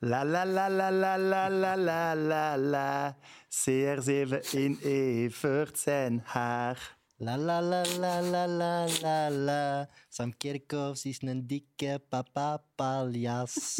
La la la la la la la la la la. CR7 in Evert zijn haar. La la la la la la la la. Sam Kerkhoffs is een dikke papa-paljas.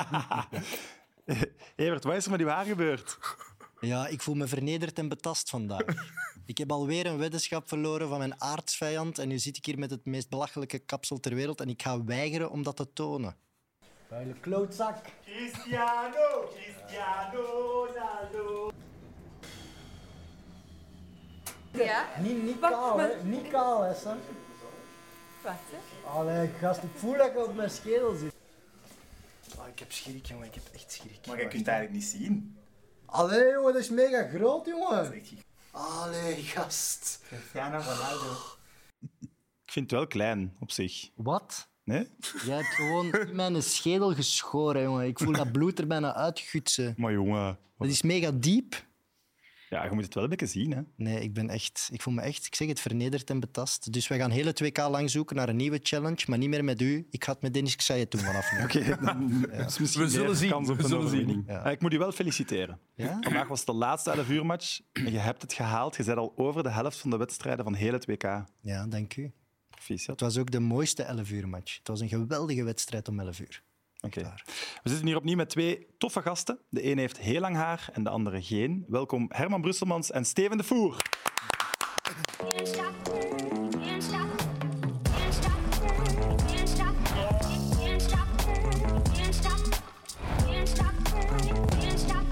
Evert, wat is er met uw haar gebeurd? Ja, ik voel me vernederd en betast vandaag. Ik heb alweer een weddenschap verloren van mijn aardsvijand en nu zit ik hier met het meest belachelijke kapsel ter wereld en ik ga weigeren om dat te tonen. Vuile klootzak. Cristiano Ronaldo. Ja? Niet Wacht, kaal, hè. maar- Niet kaal, hè, Sam. Wacht, hè. Allee, gast, ik voel dat ik op mijn schedel zit. Oh, ik heb schrik, jongen. Ik heb echt schrik. Maar je kunt het eigenlijk niet zien. Allee, jongen, dat is mega groot, jongen. Dat is echt gigantisch. Allee, gast. Cristiano Ronaldo. Ik vind het wel klein op zich. Wat? Nee? Jij hebt gewoon in mijn schedel geschoren, jongen. Ik voel dat bloed er bijna uitgutsen. Maar jongen. Dat is mega diep. Ja, je moet het wel een beetje zien, hè. Nee, ik voel me echt, ik zeg het, vernederd en betast. Dus wij gaan hele 2K lang zoeken naar een nieuwe challenge, maar niet meer met u. Ik ga het met Dennis Xaye doen vanaf nu. Oké, dan is misschien We zullen meer zien. kans op We een zullen overwinning. zien. Ja. Ik moet u wel feliciteren. Ja? Vandaag was de laatste 11 uur match en je hebt het gehaald. Je bent al over de helft van de wedstrijden van heel het WK. Ja, dank u. Proficiat. Het was ook de mooiste 11 uur match. Het was een geweldige wedstrijd om 11 uur. Oké. Waar. We zitten hier opnieuw met twee toffe gasten. De ene heeft heel lang haar en de andere geen. Welkom Herman Brusselmans en Steven de Voer. Can't stop, can't stop, can't stop, can't stop, can't stop, can't stop, can't stop, can't stop.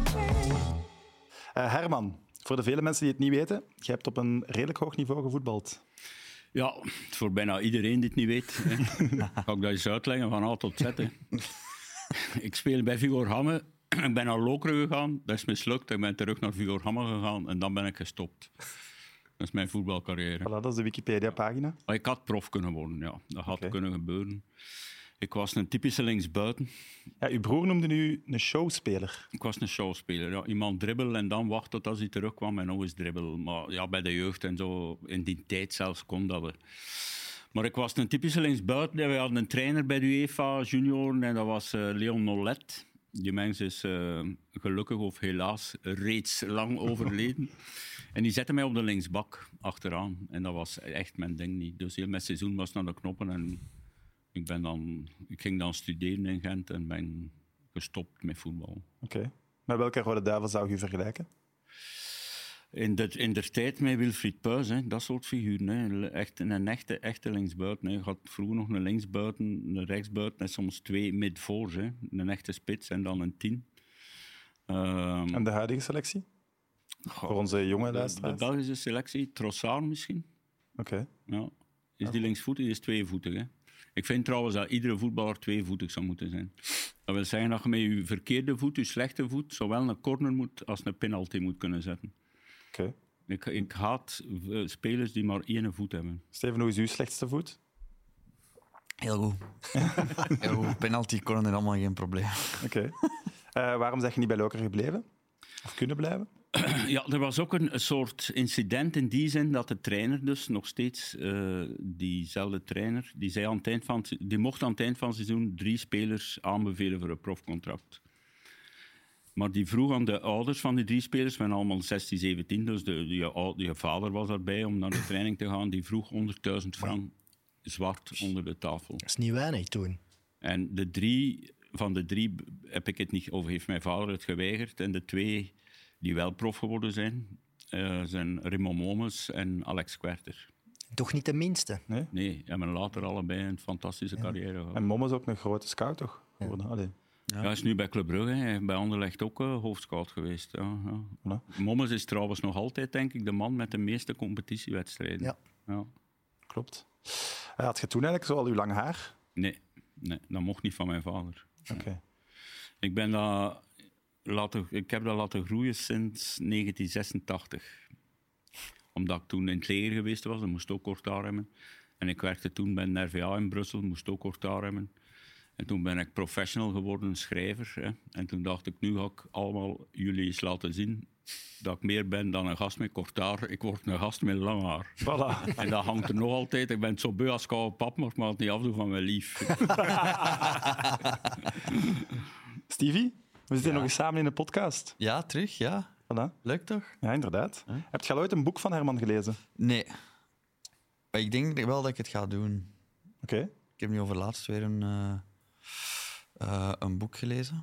Herman, voor de vele mensen die het niet weten, je hebt op een redelijk hoog niveau gevoetbald. Ja, voor bijna iedereen die het niet weet. Hè. Ga ik dat eens uitleggen van A tot Z. Hè. Ik speel bij Vigor-Hamme. Ik ben naar Lokeren gegaan. Dat is mislukt. Ik ben terug naar Vigor-Hamme gegaan en dan ben ik gestopt. Dat is mijn voetbalcarrière. Voilà, dat is de Wikipedia-pagina. Maar ik had prof kunnen worden, ja. Dat had Oké. kunnen gebeuren. Ik was een typische linksbuiten. Ja, uw broer noemde u een showspeler. Ik was een showspeler. Ja. Iemand dribbel en dan wachten tot als hij terugkwam en nog eens dribbel. Maar ja, bij de jeugd en zo, in die tijd zelfs kon dat. Hè. Maar ik was een typische linksbuiten. We hadden een trainer bij de UEFA Junior en dat was Leon Nollet. Die mens is gelukkig of helaas reeds lang overleden. En die zette mij op de linksbak achteraan. En dat was echt mijn ding niet. Dus heel mijn seizoen was naar de knoppen en ik ging dan studeren in Gent en ben gestopt met voetbal. Oké. Met welke rode duivel zou je u vergelijken? In der tijd met Wilfried Puys, hè, dat soort figuren. Hè. Echt een echte linksbuiten. Hè. Je had vroeger nog een linksbuiten, een rechtsbuiten en soms 2 midvoors. Hè. Een echte spits en dan een 10. En de huidige selectie? Voor onze jonge de luisteraars? Belgische selectie, Trossard misschien. Oké. Ja. Is die linksvoetig? Die is tweevoetig. Hè. Ik vind trouwens dat iedere voetballer tweevoetig zou moeten zijn. Dat wil zeggen dat je met je verkeerde voet, je slechte voet, zowel een corner moet als een penalty moet kunnen zetten. Oké. Ik haat spelers die maar 1 voet hebben. Steven, hoe is uw slechtste voet? Heel goed. Heel goed. Penalty, corner, allemaal geen probleem. Oké. Waarom zeg je niet bij Lokeren gebleven? Of kunnen blijven? Ja, er was ook een soort incident in die zin dat de trainer dus nog steeds, diezelfde trainer, die mocht aan het eind van het seizoen 3 spelers aanbevelen voor een profcontract. Maar die vroeg aan de ouders van die 3 spelers, we zijn allemaal 16, 17, dus je vader was daarbij om naar de training te gaan, die vroeg 100.000 frank zwart onder de tafel. Dat is niet weinig toen. En van de drie heb ik het niet, of heeft mijn vader het geweigerd. En de 2 die wel prof geworden zijn Raymond Momes en Alex Kwerter. Toch niet de minste. Nee, hebben later allebei een fantastische carrière gehad. En Mom is ook een grote scout, toch? Allee. Ja, hij is nu bij Club Brugge, hij is bij Anderlecht ook hoofdscout geweest. Ja. Voilà. Momes is trouwens nog altijd, denk ik, de man met de meeste competitiewedstrijden. Ja. Klopt. Had je toen eigenlijk zo al uw lang haar? Nee, dat mocht niet van mijn vader. Oké. Ik heb dat laten groeien sinds 1986. Omdat ik toen in het leger geweest was, dan moest ook kort haar hebben. En ik werkte toen bij de RVA in Brussel, moest ook kort haar hebben. En toen ben ik professional geworden, schrijver. Hè. En toen dacht ik, nu ga ik allemaal jullie eens laten zien dat ik meer ben dan een gast met kort haar. Ik word een gast met lang haar. Voilà. En dat hangt er nog altijd. Ik ben zo beu als koude pap, maar ik mag het niet afdoen van mijn lief. Stevie? We zitten nog eens samen in een podcast. Ja, terug, ja. Voilà. Leuk toch? Ja, inderdaad. Heb je al ooit een boek van Herman gelezen? Nee. Maar ik denk wel dat ik het ga doen. Oké. Ik heb nu overlaatst weer een boek gelezen.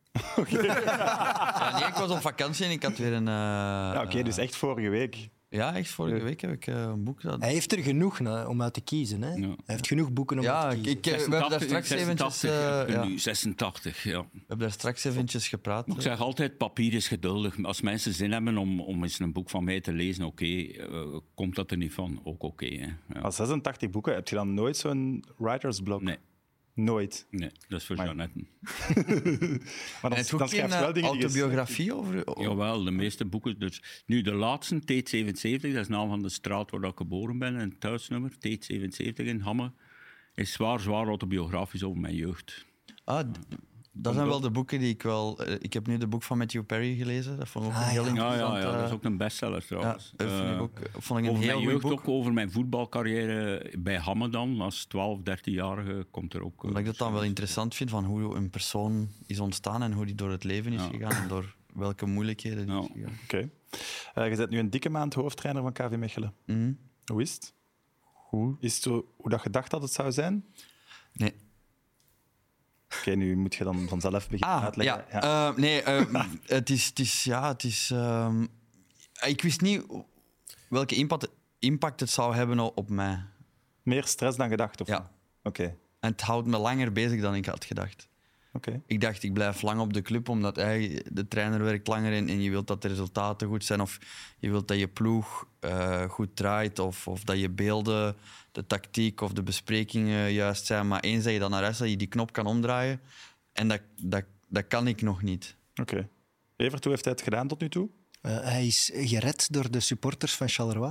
Ja, nee, ik was op vakantie en ik had weer een... Ja, oké, dus echt vorige week. Ja, echt vorige week heb ik een boek... Hij heeft er genoeg om uit te kiezen. Hè? Hij heeft genoeg boeken om Ja, uit te kiezen. we hebben daar straks eventjes... 86, ja. We hebben daar straks eventjes gepraat. Ik zeg altijd, papier is geduldig. Als mensen zin hebben om eens een boek van mij te lezen, komt dat er niet van. Ook oké. Ja. Al 86 boeken, heb je dan nooit zo'n writersblok? Nee. Nooit. Nee, dat is voor Jeannetten. Maar En het dan ook schrijf geen je wel dingen die je- autobiografie over... Jawel, de meeste boeken. Dus, nu, de laatste, T77, dat is de naam van de straat waar ik geboren ben, en het thuisnummer, T77 in Hamme, is zwaar autobiografisch over mijn jeugd. Dat zijn wel de boeken die ik wel... Ik heb nu de boek van Matthew Perry gelezen. Dat vond ik ook een heel Ja, interessant... dat is ook een bestseller trouwens. dat vond ik een over heel mijn goed jeugd, boek. ook over mijn voetbalcarrière bij Hamme dan, als 12, 13-jarige, komt er ook... Omdat ik dat dan wel interessant vind, van hoe een persoon is ontstaan en hoe die door het leven is gegaan en door welke moeilijkheden die is gegaan. Oké. Je bent nu een dikke maand hoofdtrainer van KV Mechelen. Mhm. Hoe is het? Is het zo hoe dat je dacht dat het zou zijn? Nee. Oké, nu moet je dan vanzelf beginnen uitleggen. Het is... ik wist niet welke impact het zou hebben op mij. Meer stress dan gedacht? Of? Ja. Oké. En het houdt me langer bezig dan ik had gedacht. Oké. Ik dacht, ik blijf lang op de club, omdat de trainer werkt langer en je wilt dat de resultaten goed zijn, of je wilt dat je ploeg goed draait, of dat je beelden, de tactiek of de besprekingen juist zijn. Maar eens dat je dan naar huis dat je die knop kan omdraaien, en dat kan ik nog niet. Oké. Evert, hoe heeft hij het gedaan tot nu toe? Hij is gered door de supporters van Charleroi.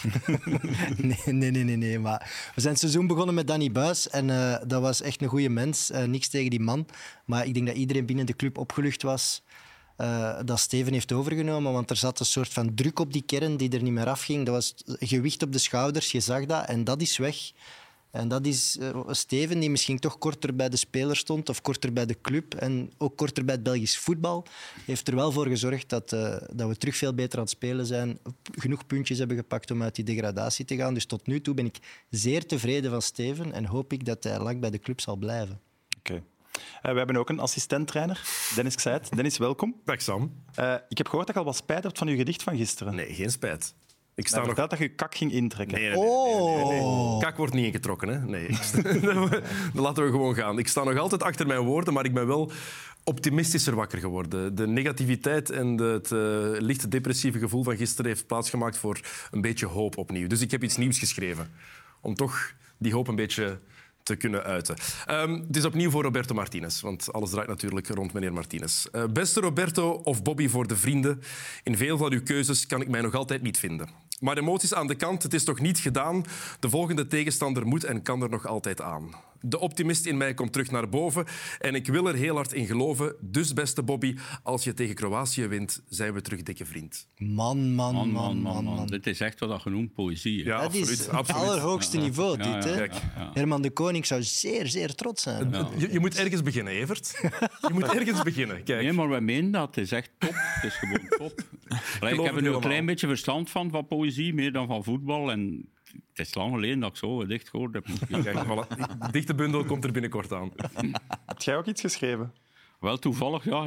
Nee. Maar we zijn het seizoen begonnen met Danny Buis. En dat was echt een goede mens. Niks tegen die man. Maar ik denk dat iedereen binnen de club opgelucht was dat Steven heeft overgenomen. Want er zat een soort van druk op die kern die er niet meer afging. Dat was gewicht op de schouders, je zag dat. En dat is weg. En dat is Steven, die misschien toch korter bij de speler stond, of korter bij de club en ook korter bij het Belgisch voetbal, heeft er wel voor gezorgd dat we terug veel beter aan het spelen zijn, genoeg puntjes hebben gepakt om uit die degradatie te gaan. Dus tot nu toe ben ik zeer tevreden van Steven en hoop ik dat hij lang bij de club zal blijven. Oké. We hebben ook een assistent-trainer, Dennis Xijt. Dennis, welkom. Dag Sam. Ik heb gehoord dat je al wat spijt hebt van je gedicht van gisteren. Nee, geen spijt. Ik sta Hij nog... vertelt dat je kak ging intrekken. Nee. Kak wordt niet ingetrokken, hè? Nee. Dan laten we gewoon gaan. Ik sta nog altijd achter mijn woorden, maar ik ben wel optimistischer wakker geworden. De negativiteit en het licht depressieve gevoel van gisteren heeft plaatsgemaakt voor een beetje hoop opnieuw. Dus ik heb iets nieuws geschreven. Om toch die hoop een beetje te kunnen uiten. Het is opnieuw voor Roberto Martinez, want alles draait natuurlijk rond meneer Martinez. Beste Roberto of Bobby voor de vrienden, in veel van uw keuzes kan ik mij nog altijd niet vinden. Maar emoties aan de kant, het is toch niet gedaan. De volgende tegenstander moet en kan er nog altijd aan. De optimist in mij komt terug naar boven en ik wil er heel hard in geloven. Dus beste Bobby, als je tegen Kroatië wint, zijn we terug dikke vriend. Man. Dit is echt wat dat genoemd poëzie. Hè? Ja, Dat is absoluut. het allerhoogste niveau, dit. Hè? Kijk. Herman de Koning zou zeer, zeer trots zijn. Je moet ergens beginnen, Evert. Je moet ergens beginnen. Kijk. Nee, maar wij menen dat. Het is echt top. Het is gewoon top. Allee, ik heb er nu een klein beetje verstand van poëzie, meer dan van voetbal. En het is lang geleden dat ik zo dicht gehoord heb. Kijk, voilà. Die dichte bundel komt er binnenkort aan. Heb jij ook iets geschreven? Wel toevallig, ja.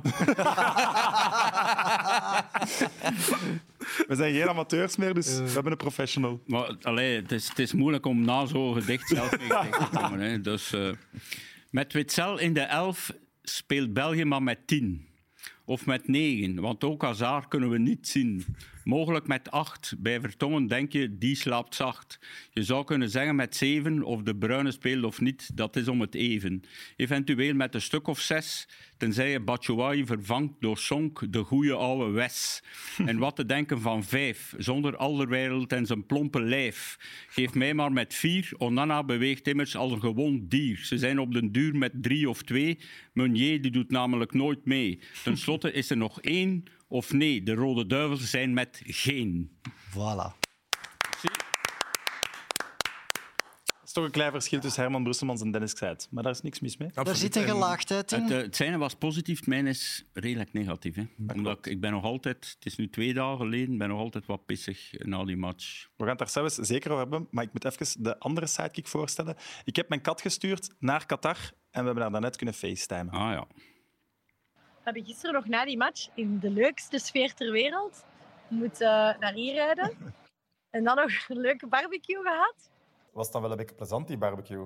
We zijn geen amateurs meer, dus we hebben een professional. Maar allee, het is moeilijk om na zo'n gedicht zelf mee te komen. Hè. Dus, met Witzel in de 11 speelt België maar met 10. Of met 9, want ook Hazard kunnen we niet zien. Mogelijk met 8. Bij Vertongen denk je, die slaapt zacht. Je zou kunnen zeggen met 7, of de Bruyne speelt of niet, dat is om het even. Eventueel met een stuk of 6, tenzij je Batshuayi vervangt door Sonk, de goeie oude Wes. En wat te denken van 5, zonder Alderweireld en zijn plompe lijf. Geef mij maar met 4, Onana beweegt immers als een gewoon dier. Ze zijn op den duur met 3 of 2, Meunier die doet namelijk nooit mee. Ten slotte is er nog 1... Of nee, de Rode Duivels zijn met geen. Voilà. is toch een klein verschil tussen Herman Brusselmans en Dennis Xyt. Maar daar is niks mis mee. Daar zit een gelaagdheid in. Het zijne was positief, het mijne is redelijk negatief. Hè. Omdat ik ben nog altijd, het is nu 2 dagen geleden, ben nog altijd wat pissig na die match. We gaan het daar zelfs zeker over hebben, maar ik moet even de andere sidekick voorstellen. Ik heb mijn kat gestuurd naar Qatar en we hebben daar daarnet kunnen facetimen. Ah ja. We hebben gisteren nog na die match in de leukste sfeer ter wereld moeten naar hier rijden. En dan nog een leuke barbecue gehad. Was het dan wel een beetje plezant, die barbecue?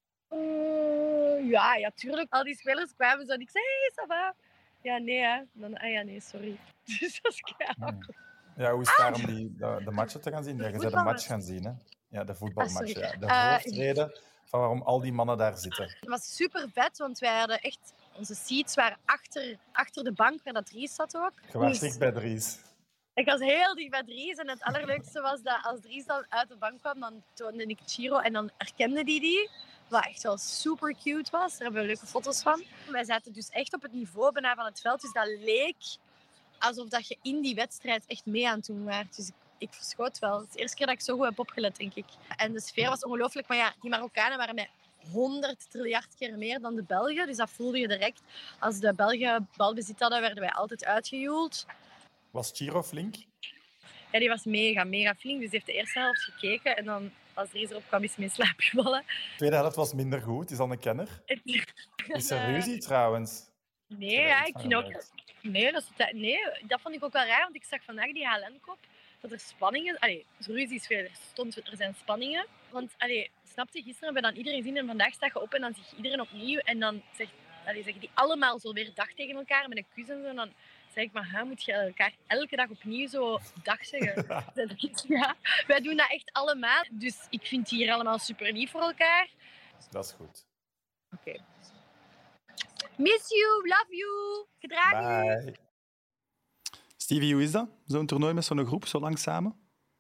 Ja, tuurlijk. Al die spelers kwamen zo en ik zei, hey, ça va? Ja, nee, hè. Dan, ja, nee, sorry. Dus dat is keihard. Ja, hoe is het daar om de matchen te gaan zien? Ja, je bent de match gaan zien, hè? Ja, de voetbalmatch. sorry. De hoofdreden van waarom al die mannen daar zitten. Het was super vet, want wij hadden echt... Onze seats waren achter de bank waar dat Dries zat ook. Je was Dus dicht bij Dries. ik was heel dicht bij Dries en het allerleukste was dat als Dries dan uit de bank kwam, dan toonde ik Chiro en dan herkende die. Wat echt wel super cute was. Daar hebben we leuke foto's van. Wij zaten dus echt op het niveau bijna van het veld. Dus dat leek alsof dat je in die wedstrijd echt mee aan het doen waart. Dus ik verschoot wel. Het is de eerste keer dat ik zo goed heb opgelet, denk ik. En de sfeer was ongelooflijk. Maar ja, die Marokkanen waren met 100 triljard keer meer dan de Belgen. Dus dat voelde je direct. Als de Belgen balbezit hadden, werden wij altijd uitgejoeld. Was Chiro flink? Ja, die was mega flink. Dus die heeft de eerste helft gekeken. En dan, als Dries erop kwam, is hij in slaap gevallen. De tweede helft was minder goed, is al een kenner. Is er ruzie trouwens? Nee, ja, ik vind ook... Nee, dat vond ik ook wel raar, want ik zag vandaag die HLN-kop, dat er spanningen... Allee, ruzie is veel, er zijn spanningen. Want, snapte, gisteren hebben we dan iedereen gezien en vandaag sta je op en dan zie je iedereen opnieuw en dan zeggen die allemaal zo weer dag tegen elkaar met een kus en zo. En dan zeg ik, maar moet je elkaar elke dag opnieuw zo dag zeggen? Ja, wij doen dat echt allemaal. Dus ik vind die hier allemaal super lief voor elkaar. Dat is goed. Oké. Miss you, love you, gedraag u. Bye. Stevie, hoe is dat? Zo'n toernooi met zo'n groep, zo lang samen?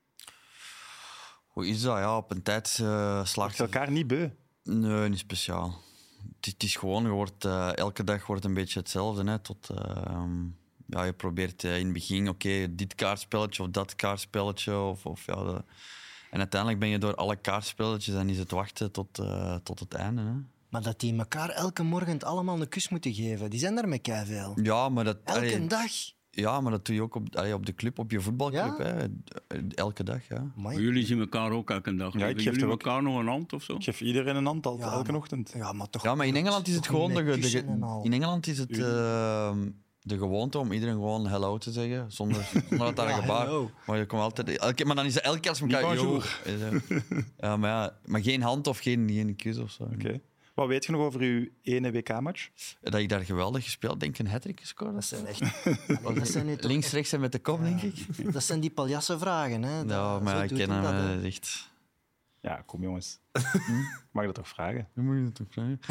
Hoe is dat? Ja, op een tijd slaagt Word je elkaar niet beu? Nee, niet speciaal. Het is gewoon, elke dag wordt een beetje hetzelfde. Hè, je probeert in het begin, dit kaartspelletje of dat kaartspelletje. En uiteindelijk ben je door alle kaartspelletjes en is het wachten tot het einde. Hè. Maar dat die elkaar elke morgen allemaal een kus moeten geven, die zijn daar met keiveel. Ja, maar dat... Elke dag. Ja, maar dat doe je ook op de club, op je voetbalclub. Ja? Hè. Elke dag, ja. Amai. Maar jullie zien elkaar ook elke dag. Ja, ik Geven geef jullie toch ook- elkaar nog een hand of zo? Ik geef iedereen een hand Ja, elke maar- ochtend. Ja, maar toch. Ja, maar in Engeland is het toch gewoon... met kussen en al. In Engeland is het de gewoonte om iedereen gewoon hello te zeggen, zonder dat daar een Ja, gebaar... hello. Maar je komt altijd... Maar dan is het elke keer als elkaar... Bonjour. Ja, maar geen hand of geen kus of zo. Oké. Wat weet je nog over uw ene WK-match? Dat ik daar geweldig gespeeld, denk ik, een hat-trick gescoord. Dat zijn echt. Dat zijn nu toch Links, rechts en met de kop, denk ik. Dat zijn die paljassenvragen. Hè? Ja, maar Zo ik doet ken hij dat, hem hè. echt... Ja, kom jongens. Mag je dat toch vragen? Dan moet je het toch vragen.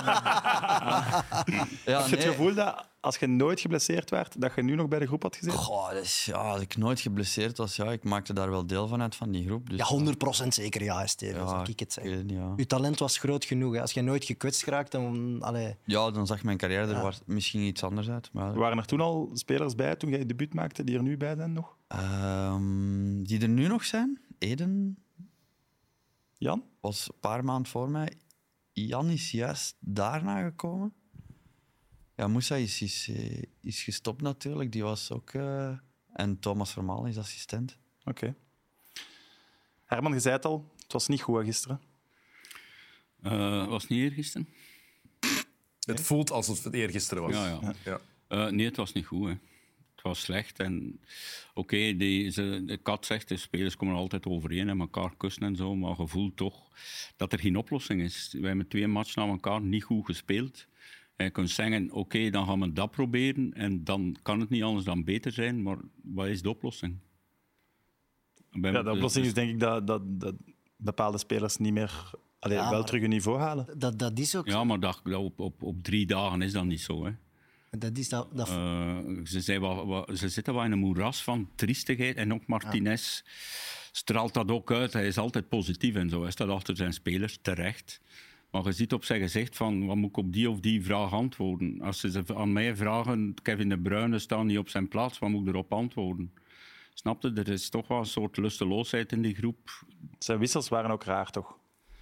Ja, Heb je het gevoel dat als je nooit geblesseerd werd, dat je nu nog bij de groep had gezeten? Goh, als ik nooit geblesseerd was, ik maakte daar wel deel van uit, van die groep. Dus, Ja, 100% zeker, ja, Steven, Ja, zou ik het zeggen. weet het niet, ja. Je talent was groot genoeg. Hè. Als je nooit gekwetst geraakt, dan... Allee. Ja, dan zag mijn carrière er misschien iets anders uit. Maar, Waren er toen al spelers bij, toen jij je debuut maakte, die er nu bij zijn nog? die er nu nog zijn? Eden Jan? was een paar maanden voor mij. Jan is juist daarna gekomen. Ja, Moussa is gestopt natuurlijk. Die was ook... en Thomas Vermaelen is assistent. Oké. Herman, je zei het al, het was niet goed hè, gisteren. Was het niet eergisteren? Het voelt alsof het eergisteren was. Ja. Nee, het was niet goed. Hè. Het was slecht. En de kat zegt, de spelers komen altijd overeen en elkaar kussen en zo, maar je voelt toch dat er geen oplossing is. Wij hebben 2 matchen aan elkaar niet goed gespeeld. En je kunt zeggen, dan gaan we dat proberen en dan kan het niet anders dan beter zijn, maar wat is de oplossing? Ja, de oplossing is denk ik dat bepaalde spelers niet meer wel terug hun niveau halen. Dat is ook... Ja, maar op 3 dagen is dat niet zo, hè. Dat is dat... Ze zitten wel in een moeras van triestigheid. En ook Martinez straalt dat ook uit. Hij is altijd positief en zo. Hij staat achter zijn spelers, terecht. Maar je ziet op zijn gezicht van, wat moet ik op die of die vraag antwoorden? Als ze aan mij vragen, Kevin De Bruyne staat niet op zijn plaats, wat moet ik erop antwoorden? Snap je? Er is toch wel een soort lusteloosheid in die groep. Zijn wissels waren ook raar, toch?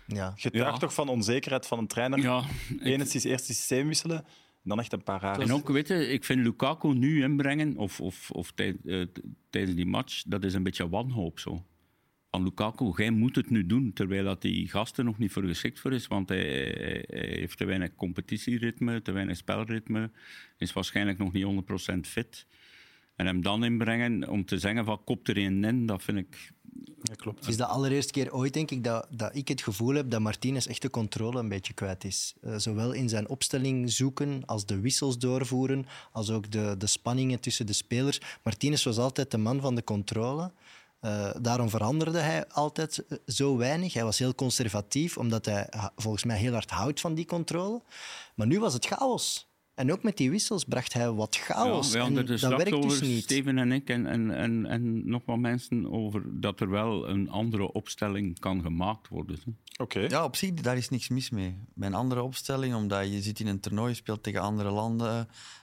Ja. Getuigt Ja. toch van onzekerheid van een trainer. Ja, Eerst het systeem wisselen, dan echt een paar rare. en ook, weet je, ik vind Lukaku nu inbrengen, of tijdens die match, dat is een beetje wanhoop zo. Van Lukaku, jij moet het nu doen, terwijl dat die gasten nog niet voor geschikt voor is, want hij heeft te weinig competitieritme, te weinig spelritme, is waarschijnlijk nog niet 100% fit. En hem dan inbrengen om te zeggen van kop er een in, dat vind ik... Ja, klopt. Het is de allereerste keer ooit, denk ik, dat ik het gevoel heb dat Martinez echt de controle een beetje kwijt is. Zowel in zijn opstelling zoeken, als de wissels doorvoeren, als ook de spanningen tussen de spelers. Martinez was altijd de man van de controle. Daarom veranderde hij altijd zo weinig. Hij was heel conservatief, omdat hij volgens mij heel hard houdt van die controle. Maar nu was het chaos. En ook met die wissels bracht hij wat chaos. we hadden en er dat straks werkt over, dus niet. Steven en ik en nog wat mensen, over dat er wel een andere opstelling kan gemaakt worden. Hè. Oké. Ja, op zich, daar is niks mis mee. Bij een andere opstelling, omdat je zit in een toernooi, speelt tegen andere landen.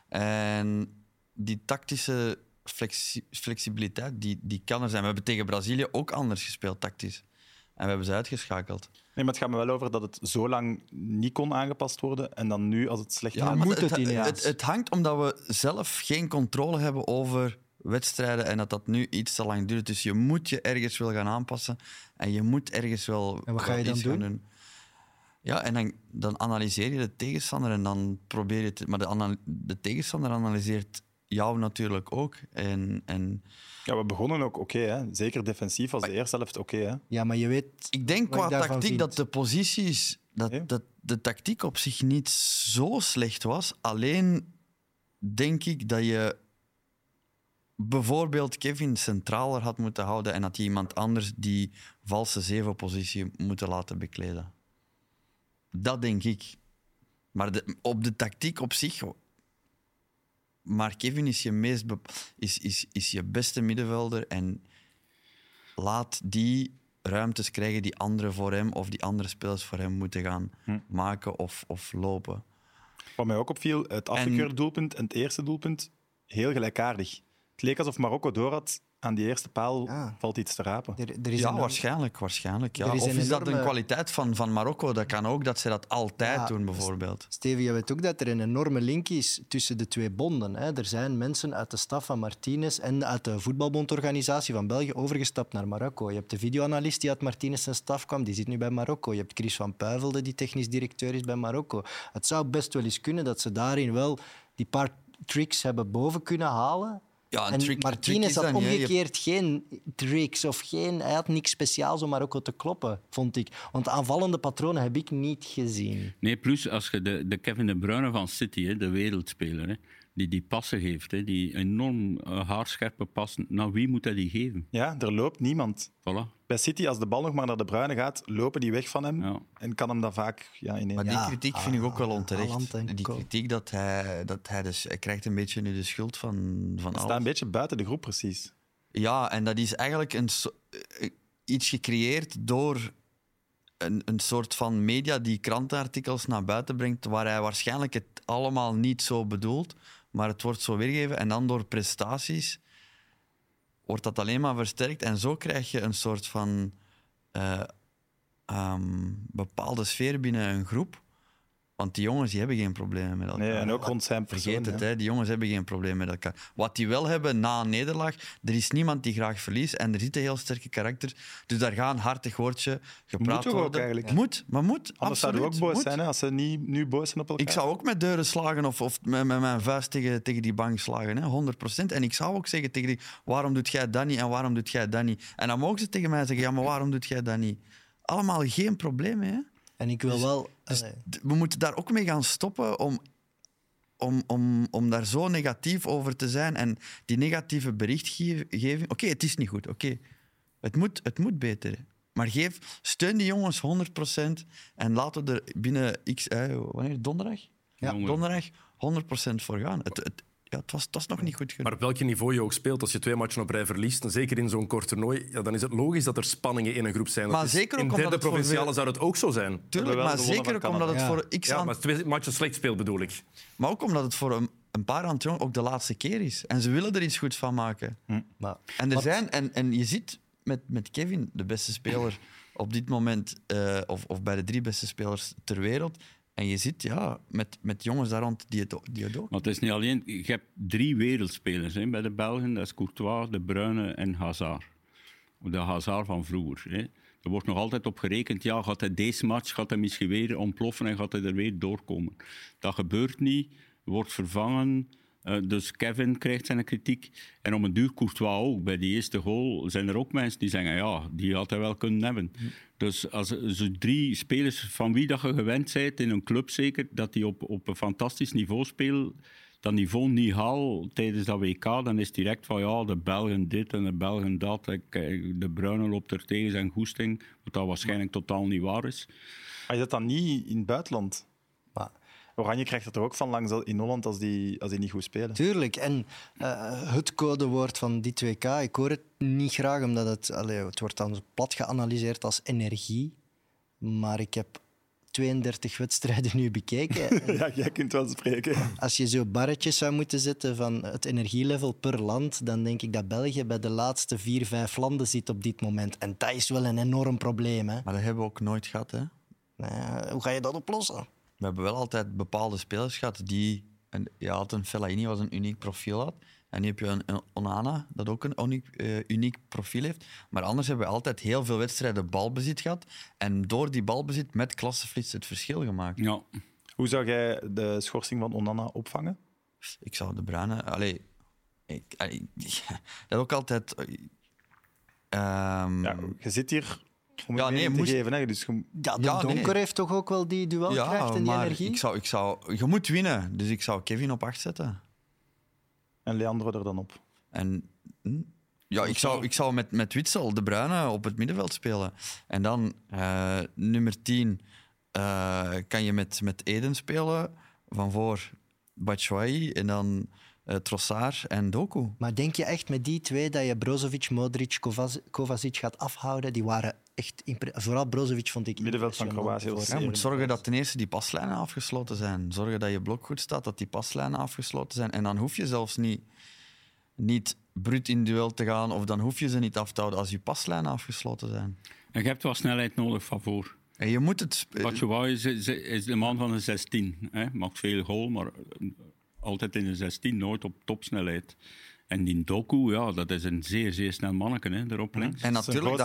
En die tactische flexibiliteit, die kan er zijn. We hebben tegen Brazilië ook anders gespeeld, tactisch. En we hebben ze uitgeschakeld. Nee, maar het gaat me wel over dat het zo lang niet kon aangepast worden en dan nu, als het slecht Ja, gaat... maar moet het ineens. het hangt omdat we zelf geen controle hebben over wedstrijden en dat nu iets te lang duurt. Dus je moet je ergens wel gaan aanpassen en je moet ergens wel En wat ga je dan iets gaan doen? Ja, en dan analyseer je de tegenstander en dan probeer je het... Maar de tegenstander analyseert jou natuurlijk ook. En Ja, we begonnen ook oké, hè. Zeker defensief als de eerste helft oké, hè. Ja, maar je weet... ik denk Wat ik qua daarvan tactiek vind. dat de posities... Dat de tactiek op zich niet zo slecht was. Alleen denk ik dat je bijvoorbeeld Kevin centraler had moeten houden en dat je iemand anders die valse 7-positie moeten laten bekleden. Dat denk ik. Maar op de tactiek op zich... Maar Kevin is is je beste middenvelder en laat die ruimtes krijgen die anderen voor hem of die andere spelers voor hem moeten gaan maken of lopen. Wat mij ook opviel, het afgekeurde doelpunt en het eerste doelpunt, heel gelijkaardig. Het leek alsof Marokko door had, aan die eerste paal valt iets te rapen. Er is Ja, een- waarschijnlijk. Ja. er is Of een is dat een enorme- kwaliteit van Marokko? Dat kan ook, dat ze dat altijd Ja, doen, bijvoorbeeld. Steven, je weet ook dat er een enorme link is tussen de twee bonden. Hè. Er zijn mensen uit de staf van Martinez en uit de voetbalbondorganisatie van België overgestapt naar Marokko. Je hebt de videoanalist die uit Martinez zijn staf kwam, die zit nu bij Marokko. Je hebt Chris van Puivelde, die technisch directeur is bij Marokko. Het zou best wel eens kunnen dat ze daarin wel die paar tricks hebben boven kunnen halen. Ja, En Martinez had omgekeerd geen tricks of hij had niks speciaals om Marokko te kloppen, vond ik. Want aanvallende patronen heb ik niet gezien. Nee, plus als je de Kevin De Bruyne van City, hè, de wereldspeler, hè, die passen geeft, hè, die enorm haarscherpe passen, naar wie moet hij die geven? Ja, er loopt niemand. Voilà. Bij City, als de bal nog maar naar De Bruyne gaat, lopen die weg van hem Ja. en kan hem dat vaak ineens... Maar die Ja, kritiek vind ik ook wel Haaland onterecht. en Die Co. kritiek dat hij dus... Hij krijgt een beetje nu de schuld van Hij alles. staat een beetje buiten de groep, precies. Ja, en dat is eigenlijk iets gecreëerd door een soort van media die krantenartikels naar buiten brengt, waar hij waarschijnlijk het allemaal niet zo bedoelt, maar het wordt zo weergegeven. En dan door prestaties wordt dat alleen maar versterkt. En zo krijg je een soort van bepaalde sfeer binnen een groep. Want die jongens die hebben geen problemen met elkaar. Nee, en ook rond zijn persoon. Vergeet het, hè. hè. Die jongens hebben geen probleem met elkaar. Wat die wel hebben na een nederlaag, er is niemand die graag verliest en er zitten heel sterke karakters. Dus daar gaat een hartig woordje gepraat Moet toch ook worden. eigenlijk? Moet. Anders absoluut. zouden we ook boos moet. zijn, hè, als ze niet nu boos zijn op elkaar. Ik zou ook met deuren slagen of met mijn vuist tegen die bank slagen, hè. 100%. En ik zou ook zeggen tegen die, waarom doet jij dat niet en waarom doet jij dat niet? En dan mogen ze tegen mij zeggen, ja, maar waarom doet jij dat niet? Allemaal geen probleem, hè. En ik wil wel... We moeten daar ook mee gaan stoppen om daar zo negatief over te zijn. En die negatieve berichtgeving... Oké, het is niet goed. Oké. Het moet beter. Maar steun die jongens 100% en laten we er binnen wanneer? Donderdag? Ja, Donderdag 100% voor gaan. Het was nog niet goed genoeg. Maar op welk niveau je ook speelt, als je 2 matchen op rij verliest, en zeker in zo'n kort toernooi, ja, dan is het logisch dat er spanningen in een groep zijn. Maar Dat is- zeker ook in omdat derde het voor provinciale veel- zou het ook zo zijn. Tuurlijk, wel maar gewonnen zeker van ook omdat het Canada. voor x Ja, aan... maar 2 matchen slecht speelt, bedoel ik. Maar ook omdat het voor een paar aan het jongen ook de laatste keer is. En ze willen er iets goeds van maken. Maar En je ziet met Kevin, de beste speler op dit moment, of bij de 3 beste spelers ter wereld. En je zit met jongens daar rond die het ook. Maar het is niet alleen... Je hebt 3 wereldspelers bij de Belgen. Dat is Courtois, De Bruyne en Hazard. De Hazard van vroeger. Hè. Er wordt nog altijd op gerekend. Ja, gaat hij deze match gaat hij misschien weer ontploffen en gaat hij er weer doorkomen. Dat gebeurt niet. Wordt vervangen. Dus Kevin krijgt zijn kritiek. En om een duur Courtois ook. Bij die eerste goal zijn er ook mensen die zeggen ja, die had hij wel kunnen hebben. Dus als zo 3 spelers van wie dat je gewend bent, in een club zeker, dat die op een fantastisch niveau spelen, dat niveau niet haal tijdens dat WK, dan is het direct van ja, de Belgen dit en de Belgen dat. De Bruyne loopt er tegen zijn goesting, wat dat waarschijnlijk totaal niet waar is. Maar is dat dan niet in het buitenland? Maar Oranje krijgt het er ook van langs in Holland als die niet goed spelen. Tuurlijk. En het codewoord van dit WK, ik hoor het niet graag, omdat het wordt dan plat geanalyseerd als energie. Maar ik heb 32 wedstrijden nu bekeken. Ja, jij kunt wel spreken. Als je zo barretjes zou moeten zetten van het energielevel per land, dan denk ik dat België bij de laatste 4-5 landen zit op dit moment. En dat is wel een enorm probleem. Hè? Maar dat hebben we ook nooit gehad. Hè? Hoe ga je dat oplossen? We hebben wel altijd bepaalde spelers gehad die... Je had een Fellaini, wat een uniek profiel had. En nu heb je een Onana, dat ook een uniek profiel heeft. Maar anders hebben we altijd heel veel wedstrijden balbezit gehad. En door die balbezit met klasseflits het verschil gemaakt. Ja. Hoe zou jij de schorsing van Onana opvangen? Ik zou De Bruyne... dat ook altijd... Je zit hier om je mening te geven. Hè? Dus Donker heeft toch ook wel die duelkracht en die energie? Je moet winnen, dus ik zou Kevin op 8 zetten. En Leandro er dan op? Ik zou met Witsel, De Bruyne op het middenveld spelen. En dan nummer 10 kan je met Eden spelen. Van voor Batshuayi en dan Trossard en Doku. Maar denk je echt met die 2 dat je Brozovic, Modric, Kovacic gaat afhouden? Die waren echt... Vooral Brozovic vond ik... Middenveld van Kroatië. Je moet zorgen dat ten eerste die paslijnen afgesloten zijn. Zorgen dat je blok goed staat, dat die paslijnen afgesloten zijn. En dan hoef je zelfs niet bruut in duel te gaan, of dan hoef je ze niet af te houden als je paslijnen afgesloten zijn. En je hebt wel snelheid nodig van voor. En je moet het... Batshuayi is de man van de 16. Hè. Maakt veel goal, maar altijd in de 16, nooit op topsnelheid. En die Doku, ja, dat is een zeer, zeer snel manneke, hè, erop links. En natuurlijk,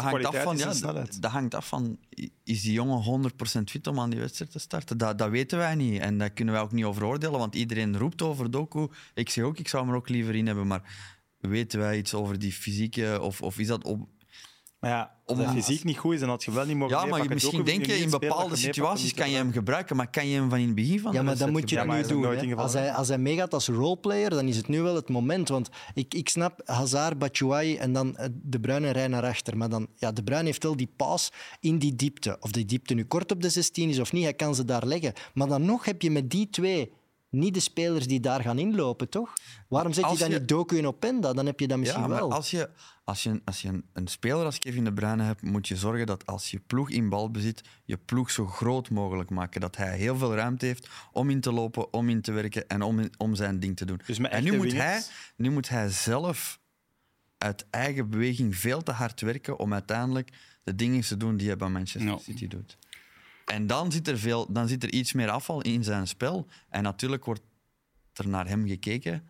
dat hangt af van... Is die jongen 100% fit om aan die wedstrijd te starten? Dat weten wij niet. En daar kunnen wij ook niet over oordelen, want iedereen roept over Doku. Ik zeg ook, ik zou hem er ook liever in hebben, maar weten wij iets over die fysieke... Of is dat... Maar ja, als hij fysiek niet goed is, dan had je wel niet mogen meepakken. Maar misschien denk je, in bepaalde situaties kan je hem gebruiken, maar kan je hem van in het begin van maar dan moet je dat nu doen. Als hij meegaat als roleplayer, dan is het nu wel het moment. Want ik snap Hazard, Batshuayi en dan De Bruyne rijden naar achter. Maar dan, De Bruyne heeft wel die paas in die diepte. Of die diepte nu kort op de 16 is of niet, hij kan ze daar leggen. Maar dan nog heb je met die 2... niet de spelers die daar gaan inlopen, toch? Waarom zet je dan niet Doku en Openda? Dan heb je dat misschien wel. Maar als je een speler als Kevin De Bruyne hebt, moet je zorgen dat als je ploeg in balbezit, je ploeg zo groot mogelijk maken. Dat hij heel veel ruimte heeft om in te lopen, om in te werken en om zijn ding te doen. Dus en nu moet hij zelf uit eigen beweging veel te hard werken om uiteindelijk de dingen te doen die hij bij Manchester City doet. En dan zit er iets meer afval in zijn spel. En natuurlijk wordt er naar hem gekeken.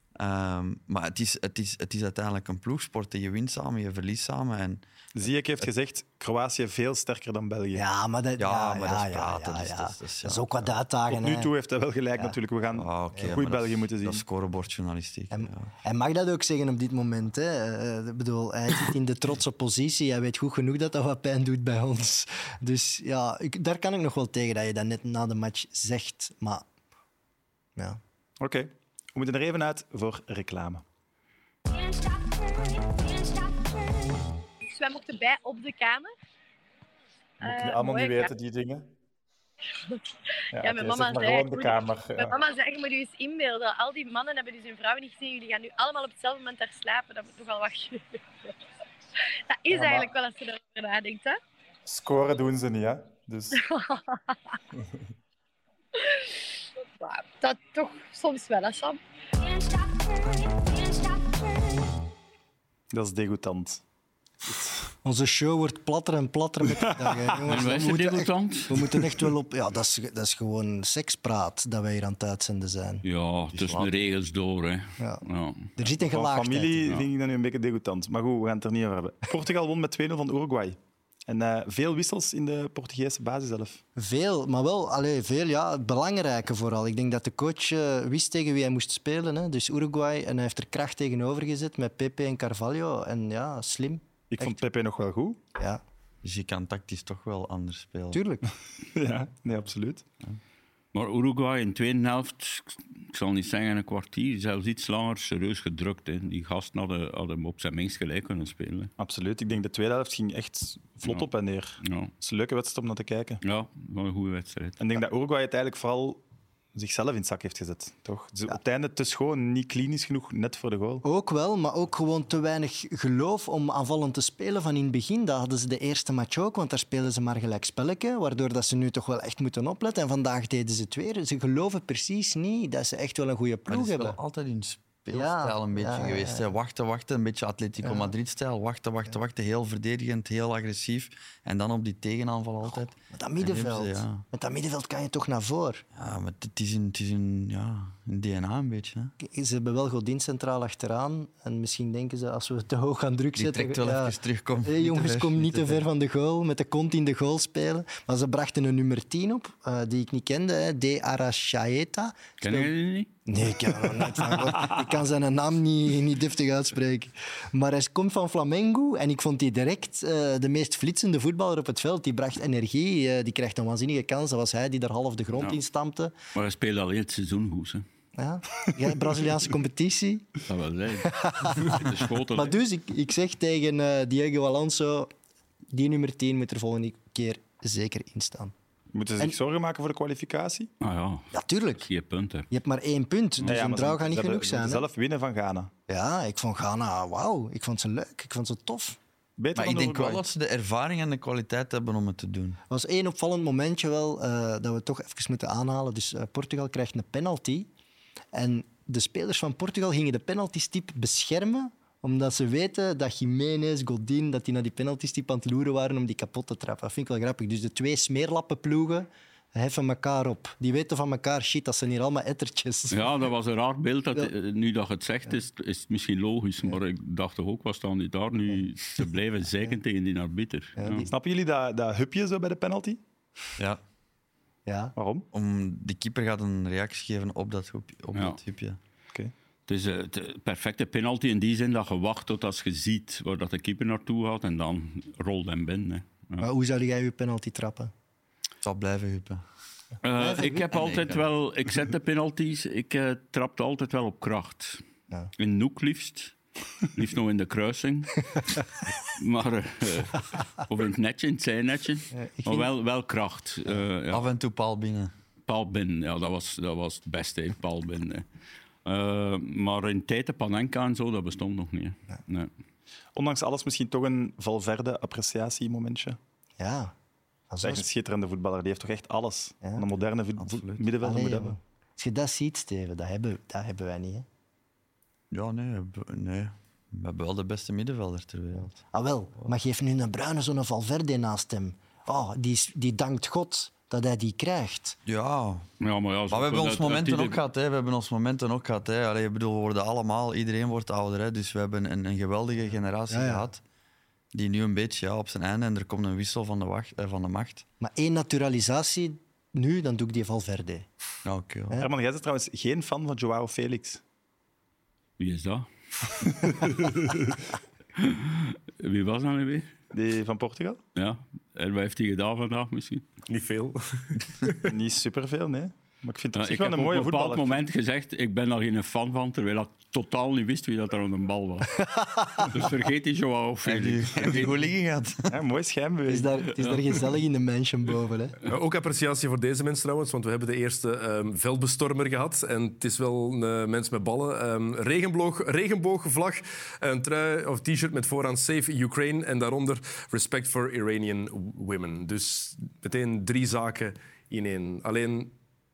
Maar het is uiteindelijk een ploegsport. Je wint samen, je verliest samen. En Ziyech heeft gezegd, Kroatië veel sterker dan België. Ja, maar dat is praten. Dat is ook wat uitdagen. Tot nu toe heeft hij wel gelijk natuurlijk. We gaan goed België moeten zien. Dat is scorebordjournalistiek. Hij mag dat ook zeggen op dit moment. Hè. Ik bedoel, hij zit in de trotse positie. Hij weet goed genoeg dat dat wat pijn doet bij ons. Dus ja, daar kan ik nog wel tegen dat je dat net na de match zegt. Maar ja. Oké. We moeten er even uit voor reclame. Dus wij mochten bij op de kamer. Moet je allemaal niet weten, die dingen? Ja, mijn mama zei... Mijn mama zei, je moet je eens inbeelden. Al die mannen hebben dus hun vrouwen niet gezien. Jullie gaan nu allemaal op hetzelfde moment daar slapen. Dat moet toch wel wat gebeuren. Dat is eigenlijk wel als je erover nadenkt, hè? Scoren doen ze niet, hè? Dus... Dat toch soms wel, hè, Sam? Dat is degoutant. Onze show wordt platter en platter met de dag. Hè, jongens. En wij zijn debutant. We moeten echt wel op... Ja, dat is gewoon sekspraat dat wij hier aan het uitzenden zijn. Ja, tussen de regels door. Hè. Ja. Ja. Er zit een Van gelaagdheid familie in. vind ik dat nu een beetje degoutant. Maar goed, we gaan het er niet over hebben. Portugal won met 2-0 van Uruguay. En veel wissels in de Portugese basis zelf. Veel, maar wel veel, ja, het belangrijke vooral. Ik denk dat de coach wist tegen wie hij moest spelen. Hè. Dus Uruguay, en hij heeft er kracht tegenover gezet met Pepe en Carvalho. En ja, slim. Ik vond Pepe nog wel goed. Ja, Dus je kan tactisch toch wel anders spelen. tuurlijk. Ja, nee, absoluut. Maar Uruguay in de tweede helft, ik zal niet zeggen een kwartier, zelfs iets langer, serieus gedrukt. Hè. Die gasten hadden op zijn minst gelijk kunnen spelen. Absoluut. Ik denk de tweede helft ging echt vlot op en neer. Ja, Het is een leuke wedstrijd om naar te kijken. ja wel een goede wedstrijd. En ik denk dat Uruguay het eigenlijk vooral zichzelf in het zak heeft gezet. Toch? Dus op het einde te schoon, niet klinisch genoeg, net voor de goal. Ook wel, maar ook gewoon te weinig geloof om aanvallend te spelen van in het begin. Dat hadden ze de eerste match ook, want daar speelden ze maar gelijk spelletje, waardoor dat ze nu toch wel echt moeten opletten. En vandaag deden ze het weer. Ze geloven precies niet dat ze echt wel een goede Maar ploeg het is wel hebben. altijd hun speelstijl een beetje geweest. Hè. Wachten, een beetje Atletico Madrid-stijl. Wachten, heel verdedigend, heel agressief. En dan op die tegenaanval altijd. Met dat middenveld. En hebben Met dat middenveld kan je toch naar voren. Ja, maar het is een DNA een beetje. Hè. Ze hebben wel Godin centraal achteraan. En misschien denken ze, als we te hoog aan druk Die zetten... trekt wel ja, even terug. Kom, hey, jongens, kom niet te ver van de goal. Met de kont in de goal spelen. Maar ze brachten een nummer 10 op, die ik niet kende. Hè, De Arrascaeta. Ken je die niet? Nee, ik kan er niet van gehoord. Ik kan zijn naam niet deftig uitspreken. Maar hij komt van Flamengo en ik vond die direct de meest flitsende voetballer op het veld. Die bracht energie, die krijgt een waanzinnige kans. Dat was hij die daar half de grond in stampte. Maar hij speelde alleen het seizoen goed. Hè. Ja, Braziliaanse competitie. Dat zou wel zijn. De schotel. Maar dus, ik zeg tegen Diego Alonso, die nummer 10 moet er volgende keer zeker in staan. Moeten ze zich zorgen maken voor de kwalificatie? Ah ja, Ja, tuurlijk. 4 punten. Je hebt maar 1 punt, dus Ja, een maar draw ze gaat niet hebben- genoeg ze zijn. moeten Hè? zelf winnen van Ghana. Ja, ik vond Ghana, wauw. Ik vond ze leuk, ik vond ze tof. Beter Maar dan ik denk wel Uruguay. dat ze de ervaring en de kwaliteit hebben om het te doen. Er was één opvallend momentje wel, dat we toch even moeten aanhalen. Dus Portugal krijgt een penalty. En de spelers van Portugal gingen de penaltystip beschermen, omdat ze weten dat Jiménez, Godin, dat die naar die penaltystip aan het loeren waren om die kapot te trappen. Dat vind ik wel grappig. Dus de 2 smeerlappenploegen heffen elkaar op. Die weten van elkaar, shit, dat zijn hier allemaal ettertjes. Ja, dat was een raar beeld. Nu dat je het zegt, is het misschien logisch. Maar ik dacht toch ook, wat staan die daar nu te blijven zeiken tegen die arbiter? Ja. Snappen jullie dat hupje zo bij de penalty? Ja. Ja. Waarom? De keeper gaat een reactie geven op dat hupje. Het is de perfecte penalty in die zin dat je wacht tot je ziet waar dat de keeper naartoe gaat en dan rolt hem binnen. Hè. Ja. Maar hoe zou jij je penalty trappen? Het zal blijven huppen. Ik heb altijd wel... Ik zet de penalties, ik trapte altijd wel op kracht. Ja. In Noek liefst. Liefst nog in de kruising. Maar, of in het netje, in het zijnetje. Maar wel kracht. Ja. Af en toe paal binnen. Paal binnen, ja, dat was het beste, hè, paal binnen. Maar in tijd Panenka en zo, dat bestond nog niet. Hè. Nee. Ondanks alles misschien toch een Valverde-appreciatiemomentje. Ja. Dat is echt een schitterende voetballer. Die heeft toch echt alles Ja. wat een moderne middenvelder Allee, moet hebben. Als je dat ziet, Steven, dat hebben wij niet. Hè? Ja, nee. We hebben wel de beste middenvelder ter wereld. Ah, wel. Maar geef nu een bruine zo'n Valverde naast hem. Oh, die dankt God dat hij die krijgt. Ja, Ja, maar we hebben ons momenten ook gehad. Hè. We hebben ons momenten ook gehad. Hè. Allee, ik bedoel, we worden allemaal, iedereen wordt ouder. Hè. Dus we hebben een geweldige generatie gehad. Die nu een beetje op zijn einde en er komt een wissel van de macht. Maar 1 naturalisatie, nu, dan doe ik die Valverde. Ja, oké. Ja. Herman, jij bent trouwens geen fan van Joao Felix. Wie is dat? Wie was dat nu weer? Die van Portugal? Ja, en wat heeft hij gedaan vandaag misschien? Niet veel. Niet superveel, nee. Maar ik vind het op Ik zich heb wel een op mooie een bepaald voetballer. moment gezegd, ik ben daar geen fan van, terwijl ik totaal niet wist wie dat er aan de bal was. Dus vergeet die Joao Felix. Heb je goed liggen gehad? Ja, mooi schijnbeweging. Het is daar gezellig in de mansion boven. Hè? Ook appreciatie voor deze mens trouwens, want we hebben de eerste veldbestormer gehad. En het is wel een mens met ballen. Regenboogvlag, een trui of t-shirt met vooraan Save Ukraine en daaronder Respect for Iranian Women. Dus meteen 3 zaken in 1. Alleen,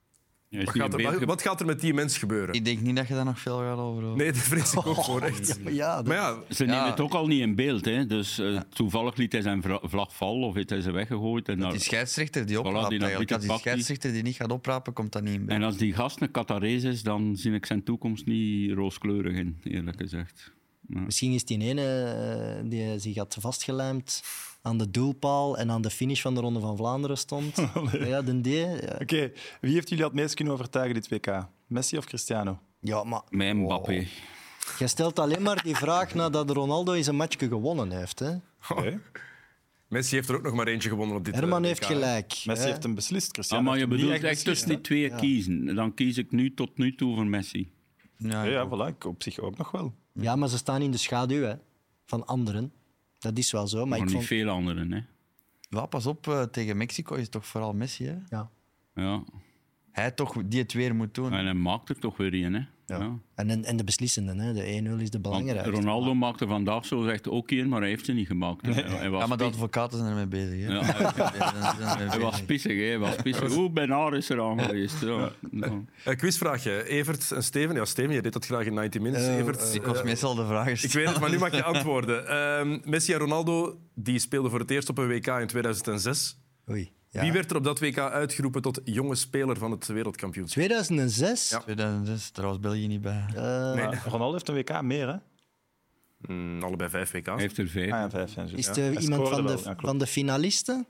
Hij is niet in beeld Wat gaat er met die mens gebeuren? Ik denk niet dat je daar nog veel gaat over horen. Nee, daar vrees ik ook voor, echt. Ja, Maar ja, Ze nemen het ook al niet in beeld. Hè. Dus toevallig liet hij zijn vlag vallen of heeft hij ze weggegooid. En Die scheidsrechter die Voilà, opraapt. die Eigenlijk. Als die pakt die. scheidsrechter die niet gaat oprapen, komt dat niet in beeld. En als die gast een Qatarees is, dan zie ik zijn toekomst niet rooskleurig in, eerlijk gezegd. Ja. Misschien is die ene die zich had vastgelijmd aan de doelpaal en aan de finish van de Ronde van Vlaanderen stond. Ja, de D. Ja. Oké, wie heeft jullie het meest kunnen overtuigen dit WK? Messi of Cristiano? Ja, maar Met Mbappé. je stelt alleen maar die vraag nadat Ronaldo eens een matchje gewonnen heeft. Hè? Nee. Messi heeft er ook nog maar eentje gewonnen op dit Herman WK, heeft hè. gelijk. Messi hè. heeft hem beslist, Cristiano. Maar je heeft hem bedoelt niet echt tussen die beslist, twee kiezen. Dan kies ik nu tot nu toe voor Messi. Ja, hè. Ja, voilà, ik op zich ook nog wel. Ja, maar ze staan in de schaduw hè, van anderen. Dat is wel zo. Maar Maar ik niet vond... veel anderen. Hè. Ja, pas op, tegen Mexico is het toch vooral Messi. Hè? Ja. Ja. Hij toch die het weer moet doen. En hij maakt er toch weer in. Hè. Ja. En de beslissende, hè. De 1-0 is de Want belangrijkste. Ronaldo maakte vandaag zo gezegd ook een, maar hij heeft ze niet gemaakt. Hè. Hij was Ja, maar de pi- advocaten zijn ermee bezig. Hè? Ja, hij was pissig. Hè. Hij was pissig. Oeh, Ben Haar is er aan geweest. Ja. Ja. Quizvraagje. Evert en Steven. Ja, Steven, je deed dat graag in 90 Minutes. Evert, Ik was meestal de vraag. ik weet het, maar nu mag je antwoorden. Messi en Ronaldo die speelden voor het eerst op een WK in 2006. Oei. Ja. Wie werd er op dat WK uitgeroepen tot jonge speler van het wereldkampioenschap? 2006? Ja. 2006, daar was België niet bij. Maar Ronaldo heeft een WK meer, hè? Allebei 5 WK's. Hij heeft er 5. Ah ja, 5 zijn Is juist. het Hij iemand scoorde van wel, de, ja, klopt. van de finalisten?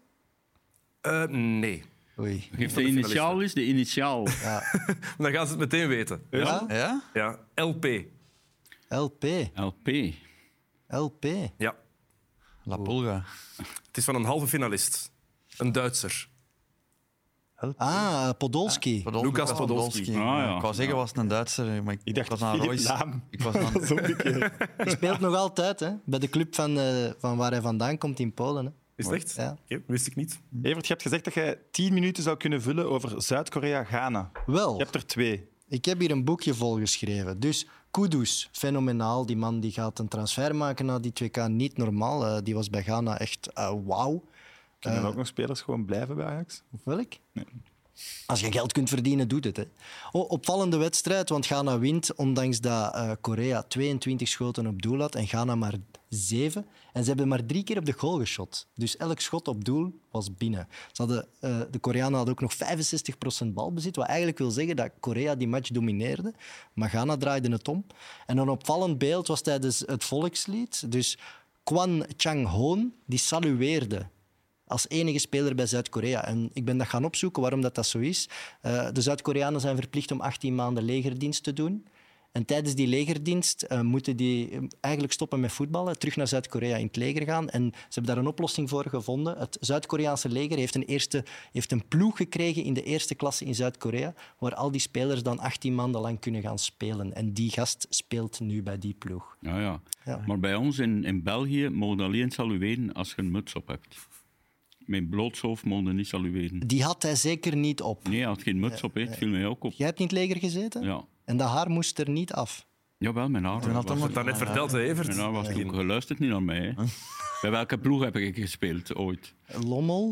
Nee. Oei. Geef de initiaal eens, de initiaal. Dan gaan ze het meteen weten. Ja? Ja? Ja, LP. LP. LP. LP. Ja. La Pulga. Het is van een halve finalist. Een Duitser. Ah, Podolski. Lucas Podolski. Ah, ja. Ik wou zeggen, was het een Duitser, maar Ik dacht was naar Philipp Royce. Lahm. Ik was aan... Dat is omgekeerd. Die speelt nog altijd hè? Bij de club van waar hij vandaan komt in Polen. Hè? Is het echt? Ja. Oké, wist ik niet. Evert, je hebt gezegd dat jij 10 minuten zou kunnen vullen over Zuid-Korea-Ghana. Wel, Je hebt er 2. ik heb hier een boekje volgeschreven. Dus Kudus, fenomenaal. Die man die gaat een transfer maken naar die 2K. Niet normaal. Die was bij Ghana echt wauw. Kunnen er ook nog spelers gewoon blijven bij Ajax? Of welk? Als je geld kunt verdienen, doet het. Hè. Oh, opvallende wedstrijd, want Ghana wint, ondanks dat Korea 22 schoten op doel had en Ghana maar 7. En ze hebben maar 3 keer op de goal geschot. Dus elk schot op doel was binnen. Ze hadden, de Koreanen hadden ook nog 65% balbezit, wat eigenlijk wil zeggen dat Korea die match domineerde. Maar Ghana draaide het om. En een opvallend beeld was tijdens het volkslied. Dus Kwan Chang-hoon, die salueerde als enige speler bij Zuid-Korea. En ik ben dat gaan opzoeken waarom dat zo is. De Zuid-Koreanen zijn verplicht om 18 maanden legerdienst te doen. En tijdens die legerdienst moeten die eigenlijk stoppen met voetballen, terug naar Zuid-Korea in het leger gaan. En ze hebben daar een oplossing voor gevonden. Het Zuid-Koreaanse leger heeft een ploeg gekregen in de eerste klasse in Zuid-Korea, waar al die spelers dan 18 maanden lang kunnen gaan spelen. En die gast speelt nu bij die ploeg. Ja, ja. Ja. Maar bij ons in België mogen alleen salueren als je een muts op hebt. Met blootshoofd mogen niet salueren. Die had hij zeker niet op. Nee, hij had geen muts op, hè. Het viel mij ook op. Jij hebt in het leger gezeten? Ja. En dat haar moest er niet af. Jawel, mijn haar. had was- hem Dat had net verteld, hè, Evert? Mijn haar was ook geluisterd niet naar mij. Hè. Bij welke ploeg heb ik gespeeld ooit? Lommel?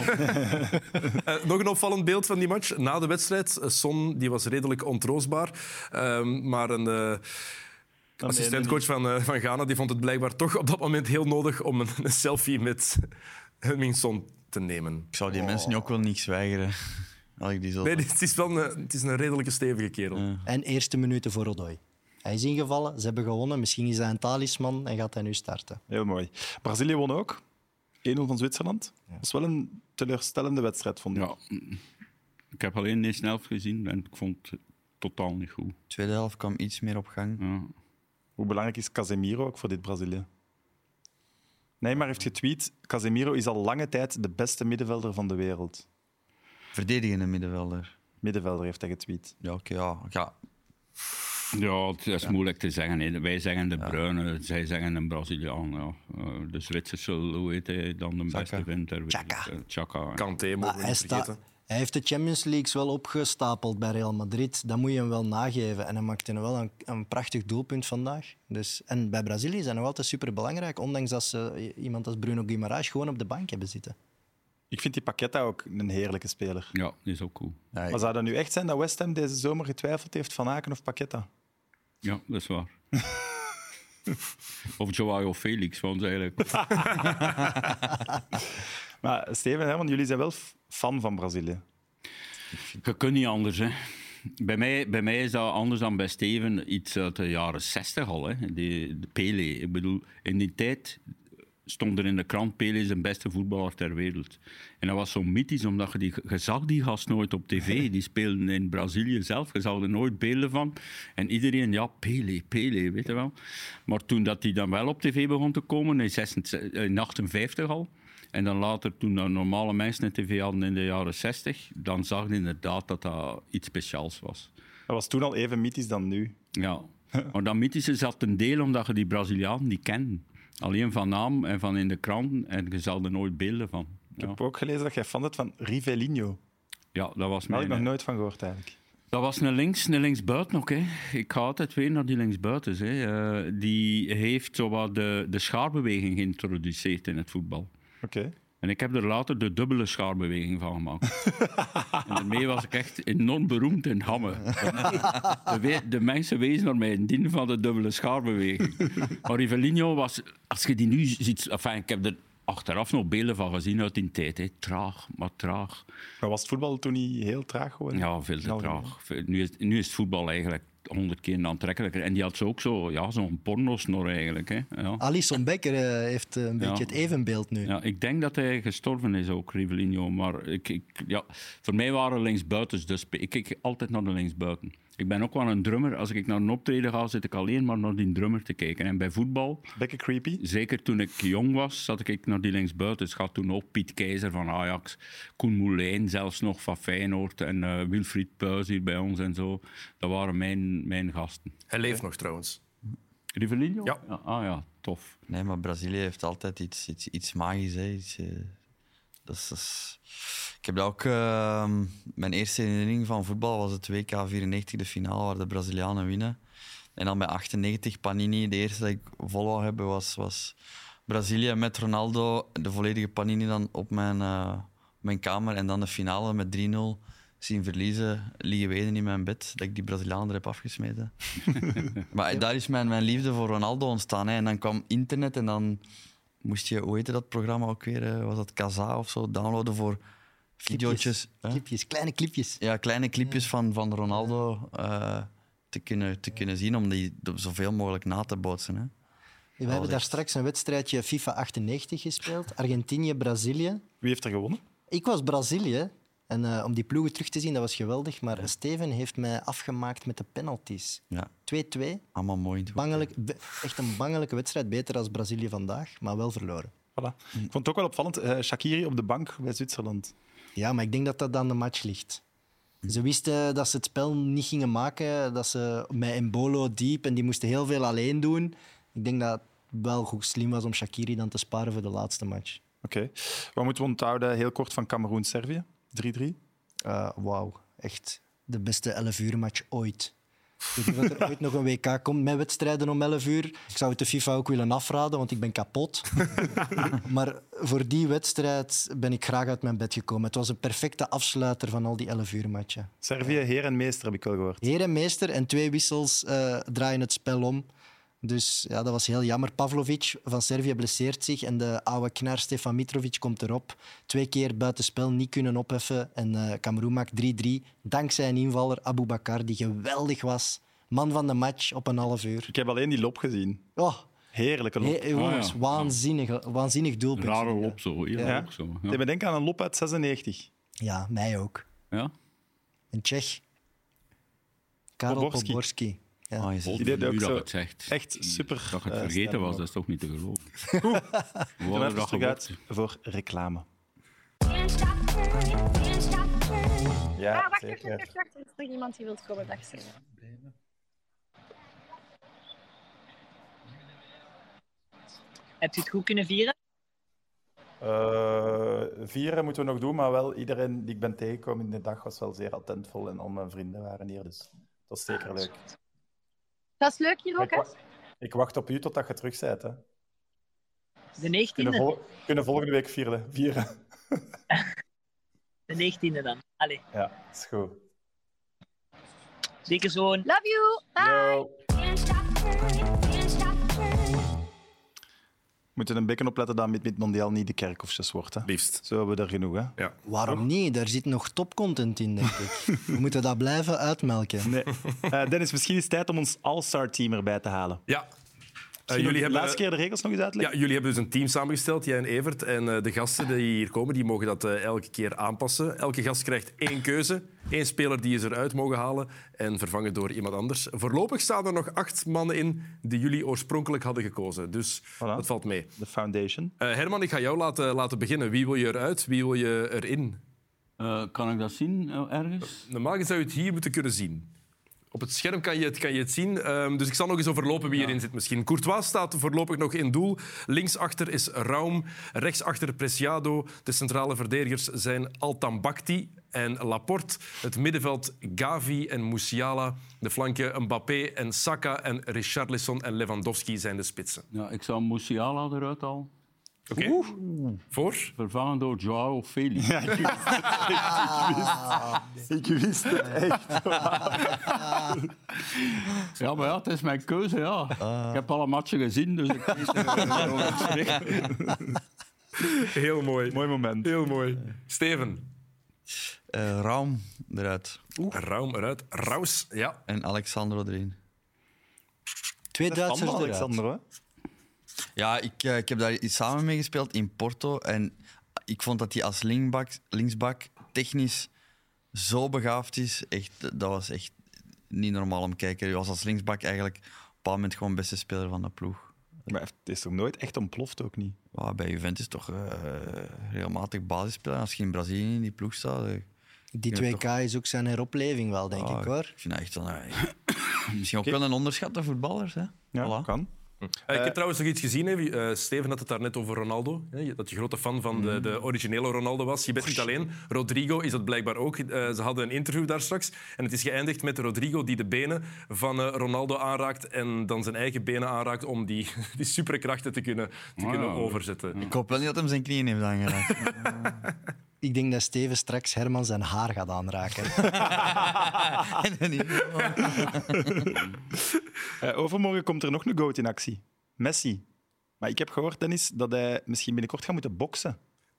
Nog een opvallend beeld van die match. Na de wedstrijd, Son die was redelijk ontroostbaar. Maar een assistentcoach van Ghana die vond het blijkbaar toch op dat moment heel nodig om een selfie met Heung-min Son te nemen. Ik zou die mensen nu ook wel niks weigeren. Als ik die zo... Nee, het is wel het is een redelijke stevige kerel. En eerste minuten voor Odoi. Hij is ingevallen, ze hebben gewonnen. Misschien is hij een talisman en gaat hij nu starten. Heel mooi. Brazilië won ook. 1-0 van Zwitserland. Dat was wel een teleurstellende wedstrijd, vond ik. Ja, ik heb alleen de eerste helft gezien en ik vond het totaal niet goed. De tweede helft kwam iets meer op gang. Ja. Hoe belangrijk is Casemiro ook voor dit Brazilië? Neymar heeft getweet, Casemiro is al lange tijd de beste middenvelder van de wereld. Verdedigende middenvelder. Middenvelder heeft hij getweet. Ja, oké, ja. Ja, het is moeilijk te zeggen. Hè. Wij zeggen de Bruine, zij zeggen een Braziliaan. Ja. De Zwitsers zullen, hoe heet hij, dan de beste vindt ter wereld. Xhaka. Xhaka. Kanté, mogen Maar we niet vergeten. hij heeft de Champions Leagues wel opgestapeld bij Real Madrid. Dat moet je hem wel nageven. En hij maakte wel een prachtig doelpunt vandaag. Dus, en bij Brazilië is hij nog altijd superbelangrijk, ondanks dat ze iemand als Bruno Guimaraes gewoon op de bank hebben zitten. Ik vind die Paqueta ook een heerlijke speler. Ja, die is ook cool. Ja, Maar zou dat nu echt zijn dat West Ham deze zomer getwijfeld heeft Van Aken of Paqueta? Ja, dat is waar. Of Joao Felix, want eigenlijk. Maar Steven, hè, want jullie zijn wel fan van Brazilië. Je kunt niet anders, hè. Bij mij is dat anders dan bij Steven iets uit de jaren 60 al. Hè. De Pelé. Ik bedoel, in die tijd stond er in de krant Pelé is de beste voetballer ter wereld. En dat was zo mythisch, omdat je zag die gast nooit op tv. Die speelden in Brazilië zelf. Je zag er nooit beelden van. En iedereen, ja, Pelé, weet je wel. Maar toen dat hij dan wel op tv begon te komen, in 58 al, en dan later, toen de normale mensen een tv hadden in de jaren 60, dan zag je inderdaad dat dat iets speciaals was. Dat was toen al even mythisch dan nu. Ja, maar dat mythische zat een deel omdat je die Brazilianen niet kende. Alleen van naam en van in de kranten, en je zag er nooit beelden van. Ik heb ook gelezen dat jij fan bent van Rivellino. Ja, dat was Daar had ik nog mijn... nooit van gehoord, eigenlijk. Dat was een linksbuiten ook. Hè. Ik ga altijd weer naar die linksbuitens. Hè. Die heeft zowat de schaarbeweging geïntroduceerd in het voetbal. Oké. En ik heb er later de dubbele schaarbeweging van gemaakt. En daarmee was ik echt enorm beroemd in Hamme. De mensen wezen naar mij in dien van de dubbele schaarbeweging. Maar Rivellino was... Als je die nu ziet... Enfin, ik heb er achteraf nog beelden van gezien uit die tijd. Hè. Traag, maar traag. Maar was het voetbal toen niet heel traag geworden? Ja, veel te traag. Nu is het voetbal eigenlijk 100 keer aantrekkelijker. En die had ook zo'n pornosnor eigenlijk. Hè. Ja. Alisson Becker heeft een beetje het evenbeeld nu. Ja, ik denk dat hij gestorven is ook, Rivellino. Maar voor mij waren linksbuitens. Dus ik kijk altijd naar de linksbuiten. Ik ben ook wel een drummer. Als ik naar een optreden ga, zit ik alleen maar naar die drummer te kijken. En bij voetbal... Bekker creepy? Zeker toen ik jong was, zat ik naar die linksbuiten. Het gaat toen ook Piet Keizer van Ajax, Koen Moulijn zelfs nog van Feyenoord en Wilfried Puijs hier bij ons en zo. Dat waren mijn gasten. Hij leeft nog trouwens. Rivellino? Ja. Ah ja, tof. Nee, maar Brazilië heeft altijd iets magisch. Hè. Ik heb dat ook... mijn eerste herinnering van voetbal was het WK 94, de finale, waar de Brazilianen winnen. En dan bij 98, Panini, de eerste dat ik vol wou hebben, was Brazilië met Ronaldo. De volledige Panini dan op mijn kamer. En dan de finale met 3-0 zien verliezen, liggen weden in mijn bed, dat ik die Brazilianen er heb afgesmeten. Maar daar is mijn liefde voor Ronaldo ontstaan. Hè. En dan kwam internet en dan moest je, hoe heette dat programma ook weer? Was dat Kazaa of zo? Downloaden voor video's. Clipjes, kleine clipjes. Ja, kleine clipjes van Ronaldo te kunnen zien, om die zoveel mogelijk na te bootsen. Hè. We hebben daar straks een wedstrijdje FIFA 98 gespeeld. Argentinië-Brazilië. Wie heeft er gewonnen? Ik was Brazilië. En om die ploegen terug te zien, dat was geweldig. Maar Steven heeft mij afgemaakt met de penalties. Ja. 2-2. Allemaal mooi. Echt een bangelijke wedstrijd. Beter als Brazilië vandaag, maar wel verloren. Voilà. Ik vond het ook wel opvallend. Shaqiri op de bank bij Zwitserland. Ja, maar ik denk dat dat aan de match ligt. Ze wisten dat ze het spel niet gingen maken. Dat ze met Embolo diep en die moesten heel veel alleen doen. Ik denk dat het wel goed slim was om Shaqiri dan te sparen voor de laatste match. Oké. Wat moeten we onthouden heel kort van Cameroen-Servië? 3-3. Wauw, echt de beste 11 uur match ooit. Ik denk dat er ooit nog een WK komt met wedstrijden om 11 uur. Ik zou het de FIFA ook willen afraden, want ik ben kapot. Maar voor die wedstrijd ben ik graag uit mijn bed gekomen. Het was een perfecte afsluiter van al die 11 uur matchen. Servië, heer en meester, heb ik wel gehoord. Heer en meester en 2 wissels draaien het spel om. Dus ja, dat was heel jammer. Pavlovic van Servië blesseert zich en de oude knar Stefan Mitrovic komt erop. 2 keer buitenspel niet kunnen opheffen en Kameroen maakt 3-3. Dankzij een invaller, Aboubakar, die geweldig was. Man van de match op een half uur. Ik heb alleen die lop gezien. Oh, Heerlijke lop. jongens, waanzinnig doelpunt. Rare lop zo. Ja. Zo. Ik me denken aan een lop uit 96. Ja, mij ook. Ja? Een Tsjech. Karel Poborski. Ja. Die deed ook Nu dat zo het zegt. echt super. Dat het vergeten was, dat is toch niet te geloven. We gaan even terug uit voor reclame. Can't stop her, can't stop her. Ja, wacht. zeker. Er is nog iemand die wil komen. Dag zeggen. Heb je het goed kunnen vieren? Vieren moeten we nog doen, maar wel iedereen die ik ben tegengekomen in de dag was wel zeer attentvol en al mijn vrienden waren hier, dus dat was zeker leuk. Dat is leuk hier ook, hè? Ik wacht op u totdat je terug bent. Hè. De 19e. Kunnen volgende week vieren. De 19e dan. Allee, Ja, is goed. dikke zoon. Love you. Bye. Can't stop the turning, can't stop the turning. We moeten een beetje opletten dat met Mondiaal niet de kerkhofjes wordt. Hè. Liefst. Zo hebben we er genoeg. Hè. Ja. Waarom niet? Daar zit nog topcontent in, denk ik. We moeten dat blijven uitmelken. Nee. Dennis, misschien is het tijd om ons All-Star team erbij te halen. Ja. Jullie Jullie hebben... hebben, Laatste keer de regels nog eens uitleggen? ja, jullie hebben dus een team samengesteld, jij en Evert. En de gasten die hier komen, die mogen dat elke keer aanpassen. Elke gast krijgt 1 keuze. 1 speler die ze eruit mogen halen en vervangen door iemand anders. Voorlopig staan er nog 8 mannen in die jullie oorspronkelijk hadden gekozen. Dus dat valt mee. De foundation. Herman, ik ga jou laten beginnen. Wie wil je eruit? Wie wil je erin? Kan ik dat zien ergens? Normaal zou je het hier moeten kunnen zien. Op het scherm kan je het zien. Dus ik zal nog eens overlopen wie erin zit misschien. Courtois staat voorlopig nog in doel. Linksachter is Raum. Rechtsachter Preciado. De centrale verdedigers zijn Altambakti en Laporte. Het middenveld Gavi en Musiala. De flanken Mbappé en Saka. En Richarlison en Lewandowski zijn de spitsen. Ja, ik zou Musiala eruit halen. Oké. Voor? Vervangen door Joao Felix. Ja, ik wist het echt. Ja, maar ja, het is mijn keuze. Ja. Ik heb alle matchen gezien, dus ik weet waarover ik spreek. Heel mooi. Mooi moment. Heel mooi. Steven. Raum eruit. Raum eruit. Raus, ja. En Alexandro erin. 2 Duitsers eruit. Alexander, hè? Ja, ik heb daar samen mee gespeeld in Porto. En ik vond dat hij als linksbak technisch zo begaafd is. Echt, dat was echt niet normaal om te kijken. Hij was als linksbak eigenlijk op een bepaald moment gewoon de beste speler van de ploeg. Maar het is toch nooit echt ontploft, ook niet? Ja, bij Juventus toch regelmatig basisspeler. Als je in Brazilië in die ploeg staat... Die 2K is ook zijn heropleving wel, denk ik, hoor. Ik vind dat echt misschien ook wel een onderschatte voetballers. Hè? Ja, Voilà. kan. Ik heb trouwens nog iets gezien. Steven had het daar net over Ronaldo. Dat je grote fan van de originele Ronaldo was. Je bent niet alleen. Rodrigo is dat blijkbaar ook. Ze hadden een interview daar straks. En het is geëindigd met Rodrigo die de benen van Ronaldo aanraakt. En dan zijn eigen benen aanraakt om die superkrachten te kunnen overzetten. Ik hoop wel niet dat hem zijn knieën heeft aangeraakt. Ik denk dat Steven straks Herman zijn haar gaat aanraken. Overmorgen komt er nog een goat in actie. Messi. Maar ik heb gehoord, Dennis, dat hij misschien binnenkort gaat moeten boksen.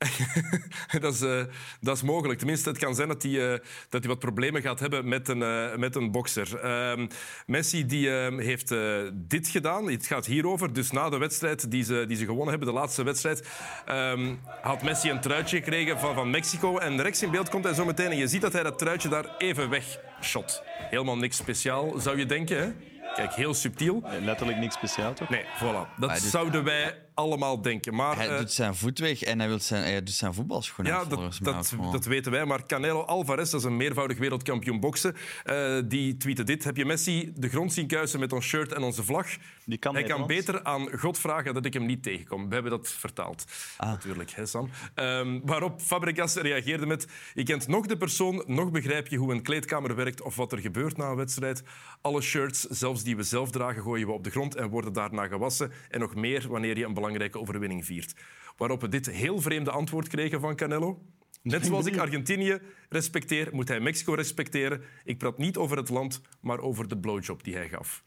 Dat is mogelijk. Tenminste, het kan zijn dat hij wat problemen gaat hebben met een bokser. Messi die heeft dit gedaan. Het gaat hierover. Dus na de wedstrijd die ze gewonnen hebben, de laatste wedstrijd, had Messi een truitje gekregen van Mexico. En rechts in beeld komt hij zo meteen. En je ziet dat hij dat truitje daar even wegshot. Helemaal niks speciaal, zou je denken, hè? Kijk, heel subtiel. Letterlijk niks speciaal, toch? Nee, voilà. Dat zouden wij allemaal denken. Maar, hij doet zijn voet weg en hij doet zijn voetbalschoenen ja, dat weten wij. Maar Canelo Alvarez, dat is een meervoudig wereldkampioen boksen, die tweette dit. Heb je Messi de grond zien kuisen met ons shirt en onze vlag? Hij kan beter aan God vragen dat ik hem niet tegenkom. We hebben dat vertaald. Natuurlijk, hè, Sam? Waarop Fabregas reageerde met: je kent nog de persoon, nog begrijp je hoe een kleedkamer werkt of wat er gebeurt na een wedstrijd. Alle shirts, zelfs die we zelf dragen, gooien we op de grond en worden daarna gewassen. En nog meer wanneer je een belangrijke overwinning viert. Waarop we dit heel vreemde antwoord kregen van Canelo. Net zoals ik Argentinië respecteer, moet hij Mexico respecteren. Ik praat niet over het land, maar over de blowjob die hij gaf.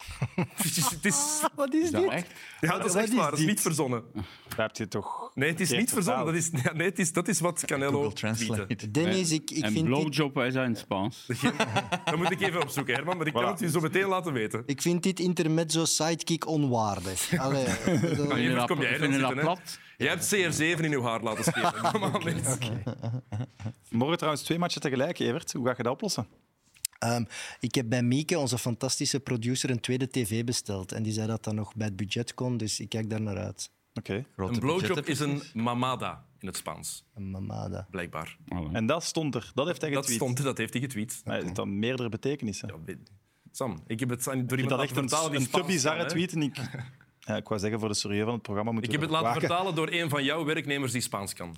Wat is dit? Echt? Ja, dat is echt waar. Dat is niet verzonnen. Daar heb je toch... Nee, het is niet verzonnen. Dat is wat Canelo Google Translate. tweette. Dennis, ik En vind dit, blowjob is in het Spaans. Dat moet ik even opzoeken, Herman. Maar ik kan het je zo meteen laten weten. ik vind dit intermezzo sidekick onwaardig. Allee, Evert, kom jij Vind dan je dat zitten, hè? plat? Jij hebt CR7 in uw haar laten spelen. Normaal niet. Morgen trouwens 2 matchen tegelijk, Evert. Hoe ga je dat oplossen? ik heb bij Mieke, onze fantastische producer, een tweede tv besteld. En die zei dat dat nog bij het budget kon, dus ik kijk daar naar uit. Oké. Een blowjob is een mamada in het Spaans, Een mamada. blijkbaar. En dat stond er. Dat heeft hij Dat getweet. stond er, dat heeft hij getweet. Maar het heeft dan meerdere betekenissen. Ja, Sam, ik heb het door Ik vind iemand dat laten echt vertalen die een te Spaans bizarre kan, hè. tweet. En ik wou zeggen, voor de serieu van het programma moeten Ik heb we het laten waken. vertalen door een van jouw werknemers die Spaans kan.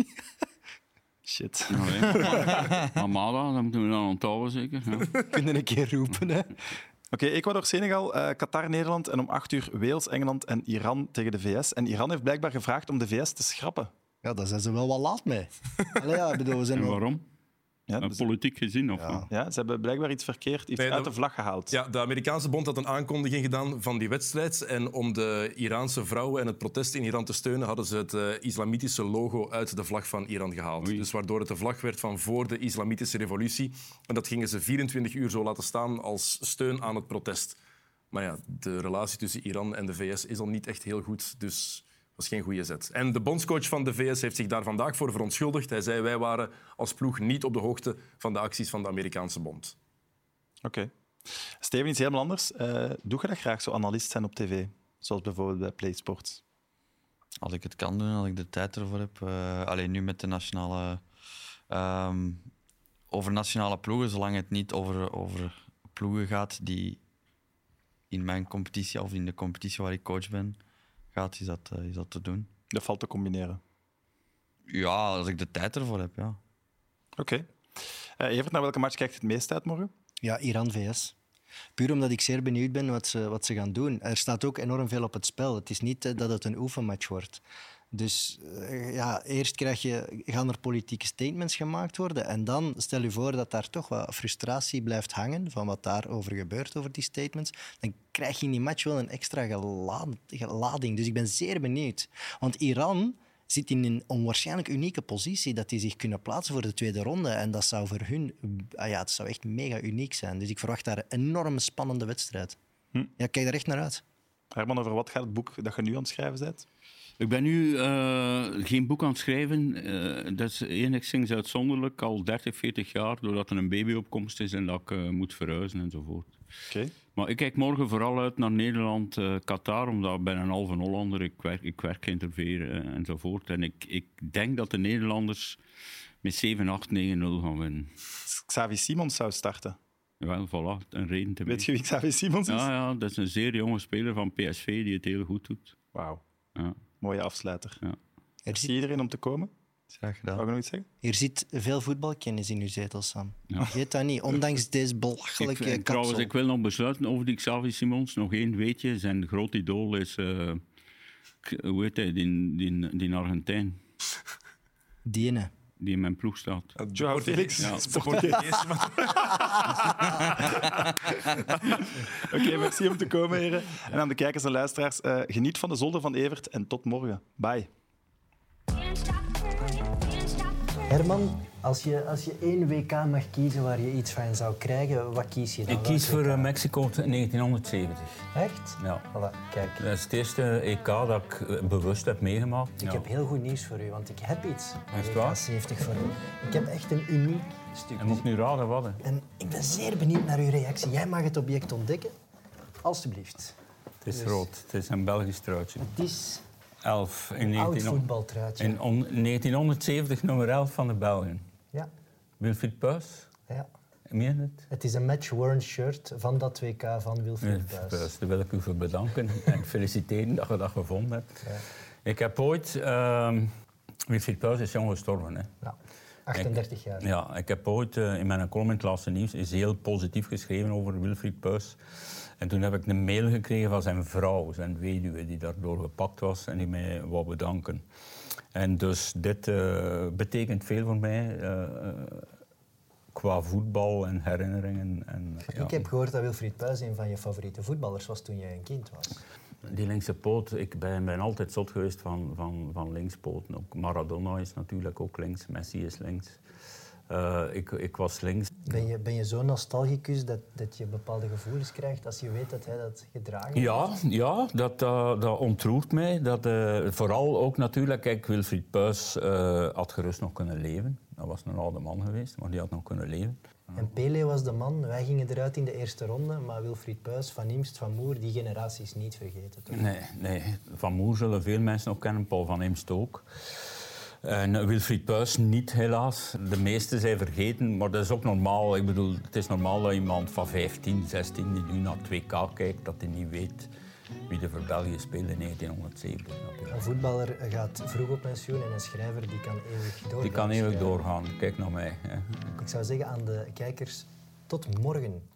Shit. Mamada, dat moeten we dan onthouden zeker. Ja. Kunnen een keer roepen, hè? Oké, Ecuador, Senegal, Qatar, Nederland en om 8 uur Wales, Engeland en Iran tegen de VS. En Iran heeft blijkbaar gevraagd om de VS te schrappen. Ja, daar zijn ze wel wat laat mee. Allee, ja, ik bedoel, we zijn En wel- waarom? Ja, Politiek gezien? Of wat? ja, ze hebben blijkbaar iets verkeerd iets Nee, uit dat- de vlag gehaald. Ja, de Amerikaanse bond had een aankondiging gedaan van die wedstrijd. En om de Iraanse vrouwen en het protest in Iran te steunen, hadden ze het islamitische logo uit de vlag van Iran gehaald. Oei. Dus waardoor het de vlag werd van voor de islamitische revolutie. En dat gingen ze 24 uur zo laten staan als steun aan het protest. Maar ja, de relatie tussen Iran en de VS is al niet echt heel goed, dus dat is geen goede zet. En de bondscoach van de VS heeft zich daar vandaag voor verontschuldigd. Hij zei, wij waren als ploeg niet op de hoogte van de acties van de Amerikaanse bond. Oké. Steven, iets helemaal anders. Doe je dat graag, zo analist zijn op tv? Zoals bijvoorbeeld bij PlaySports. Als ik het kan doen, als ik de tijd ervoor heb. Alleen nu met de nationale... over nationale ploegen, zolang het niet over ploegen gaat die in mijn competitie of in de competitie waar ik coach ben, gaat, is dat te doen. Dat valt te combineren. Ja, als ik de tijd ervoor heb, ja. Oké. Evert, naar welke match kijkt het meest uit morgen? Ja, Iran-VS. Puur omdat ik zeer benieuwd ben wat ze gaan doen. Er staat ook enorm veel op het spel. Het is niet dat het een oefenmatch wordt. Dus eerst gaan er politieke statements gemaakt worden. En dan stel je voor dat daar toch wat frustratie blijft hangen van wat daarover gebeurt, over die statements. Dan krijg je in die match wel een extra lading. Dus ik ben zeer benieuwd. Want Iran zit in een onwaarschijnlijk unieke positie dat die zich kunnen plaatsen voor de tweede ronde. En dat zou voor hun het zou echt mega uniek zijn. Dus ik verwacht daar een enorm spannende wedstrijd. Ja, ik kijk daar echt naar uit. Herman, over wat gaat het boek dat je nu aan het schrijven bent? Ik ben nu geen boek aan het schrijven. Dat is enigszins uitzonderlijk, al 30, 40 jaar, doordat er een babyopkomst is en dat ik moet verhuizen enzovoort. Oké. Maar ik kijk morgen vooral uit naar Nederland, Qatar, omdat ik ben een halve Hollander, ik werk interveren enzovoort. En ik denk dat de Nederlanders met 7-8-9-0 gaan winnen. Xavi Simons zou starten. Wel, voilà, een reden te Weet je wie Xavi Simons is? Ja, dat is een zeer jonge speler van PSV die het heel goed doet. Wauw. Ja. Mooie afsluiter. Ja. Merci iedereen om te komen. Graag gedaan. Wou je nog iets zeggen? Hier zit veel voetbalkennis in uw zetel, Sam. Ja. Vergeet dat niet, ondanks deze belachelijke kapsel. Trouwens, ik wil nog besluiten over die Xavi Simons. Nog één weetje. Zijn groot idool is... hoe heet hij? Die Argentijn. Diene. Die in mijn ploeg staat. Joao Felix. Ja. Oké, merci om te komen, heren. En aan de kijkers en luisteraars, geniet van de zolder van Evert en tot morgen. Bye. Herman, als je één WK mag kiezen waar je iets van zou krijgen, wat kies je dan? Ik kies voor Mexico 1970. Echt? Ja. Voilà, kijk. Dat is het eerste EK dat ik bewust heb meegemaakt. Ik heb heel goed nieuws voor u, want ik heb iets. Is het WK waar? 70 voor u. Ik heb echt een uniek stuk. En moet ik nu raden wat? Hè? En ik ben zeer benieuwd naar uw reactie. Jij mag het object ontdekken. Alsjeblieft. Het is rood. Het is een Belgisch truitje. Het is 11 in een oud 19... voetbaltruitje. in 1970 nummer 11 van de Belgen. Ja. Wilfried Puys. Ja. Meen het? Het is een match-worn shirt van dat WK van Wilfried Puys. Daar wil ik u voor bedanken en feliciteren dat je dat gevonden hebt. Ja. Ik heb ooit... Wilfried Puys is jong gestorven. Hè. Ja. 38 jaar. Ja, ik heb ooit in mijn column in het Laatste Nieuws is heel positief geschreven over Wilfried Puys. En toen heb ik een mail gekregen van zijn vrouw, zijn weduwe, die daardoor gepakt was en die mij wou bedanken. En dus dit betekent veel voor mij qua voetbal en herinneringen. En, ja. Ik heb gehoord dat Wilfried Puys een van je favoriete voetballers was toen je een kind was. Die linkse poot, ik ben altijd zot geweest van linkspoten. Ook Maradona is natuurlijk ook links, Messi is links. Ik was links. Ben je zo nostalgicus dat je bepaalde gevoelens krijgt als je weet dat hij dat gedragen heeft? Ja, dat ontroert mij. Vooral ook natuurlijk, kijk, Wilfried Puys had gerust nog kunnen leven. Dat was een oude man geweest, maar die had nog kunnen leven. En Pelé was de man. Wij gingen eruit in de eerste ronde, maar Wilfried Puys, Van Imst, Van Moer, die generatie is niet vergeten. Toch? Nee. Van Moer zullen veel mensen nog kennen, Paul van Imst ook. En Wilfried Puys niet, helaas. De meesten zijn vergeten, maar dat is ook normaal. Ik bedoel, het is normaal dat iemand van 15, 16 die nu naar 2K kijkt, dat hij niet weet wie er voor België speelde in 1970. Een voetballer gaat vroeg op pensioen en een schrijver die kan eeuwig doorgaan. Die kan eeuwig doorgaan. Kijk naar mij. Hè. Ik zou zeggen aan de kijkers, tot morgen.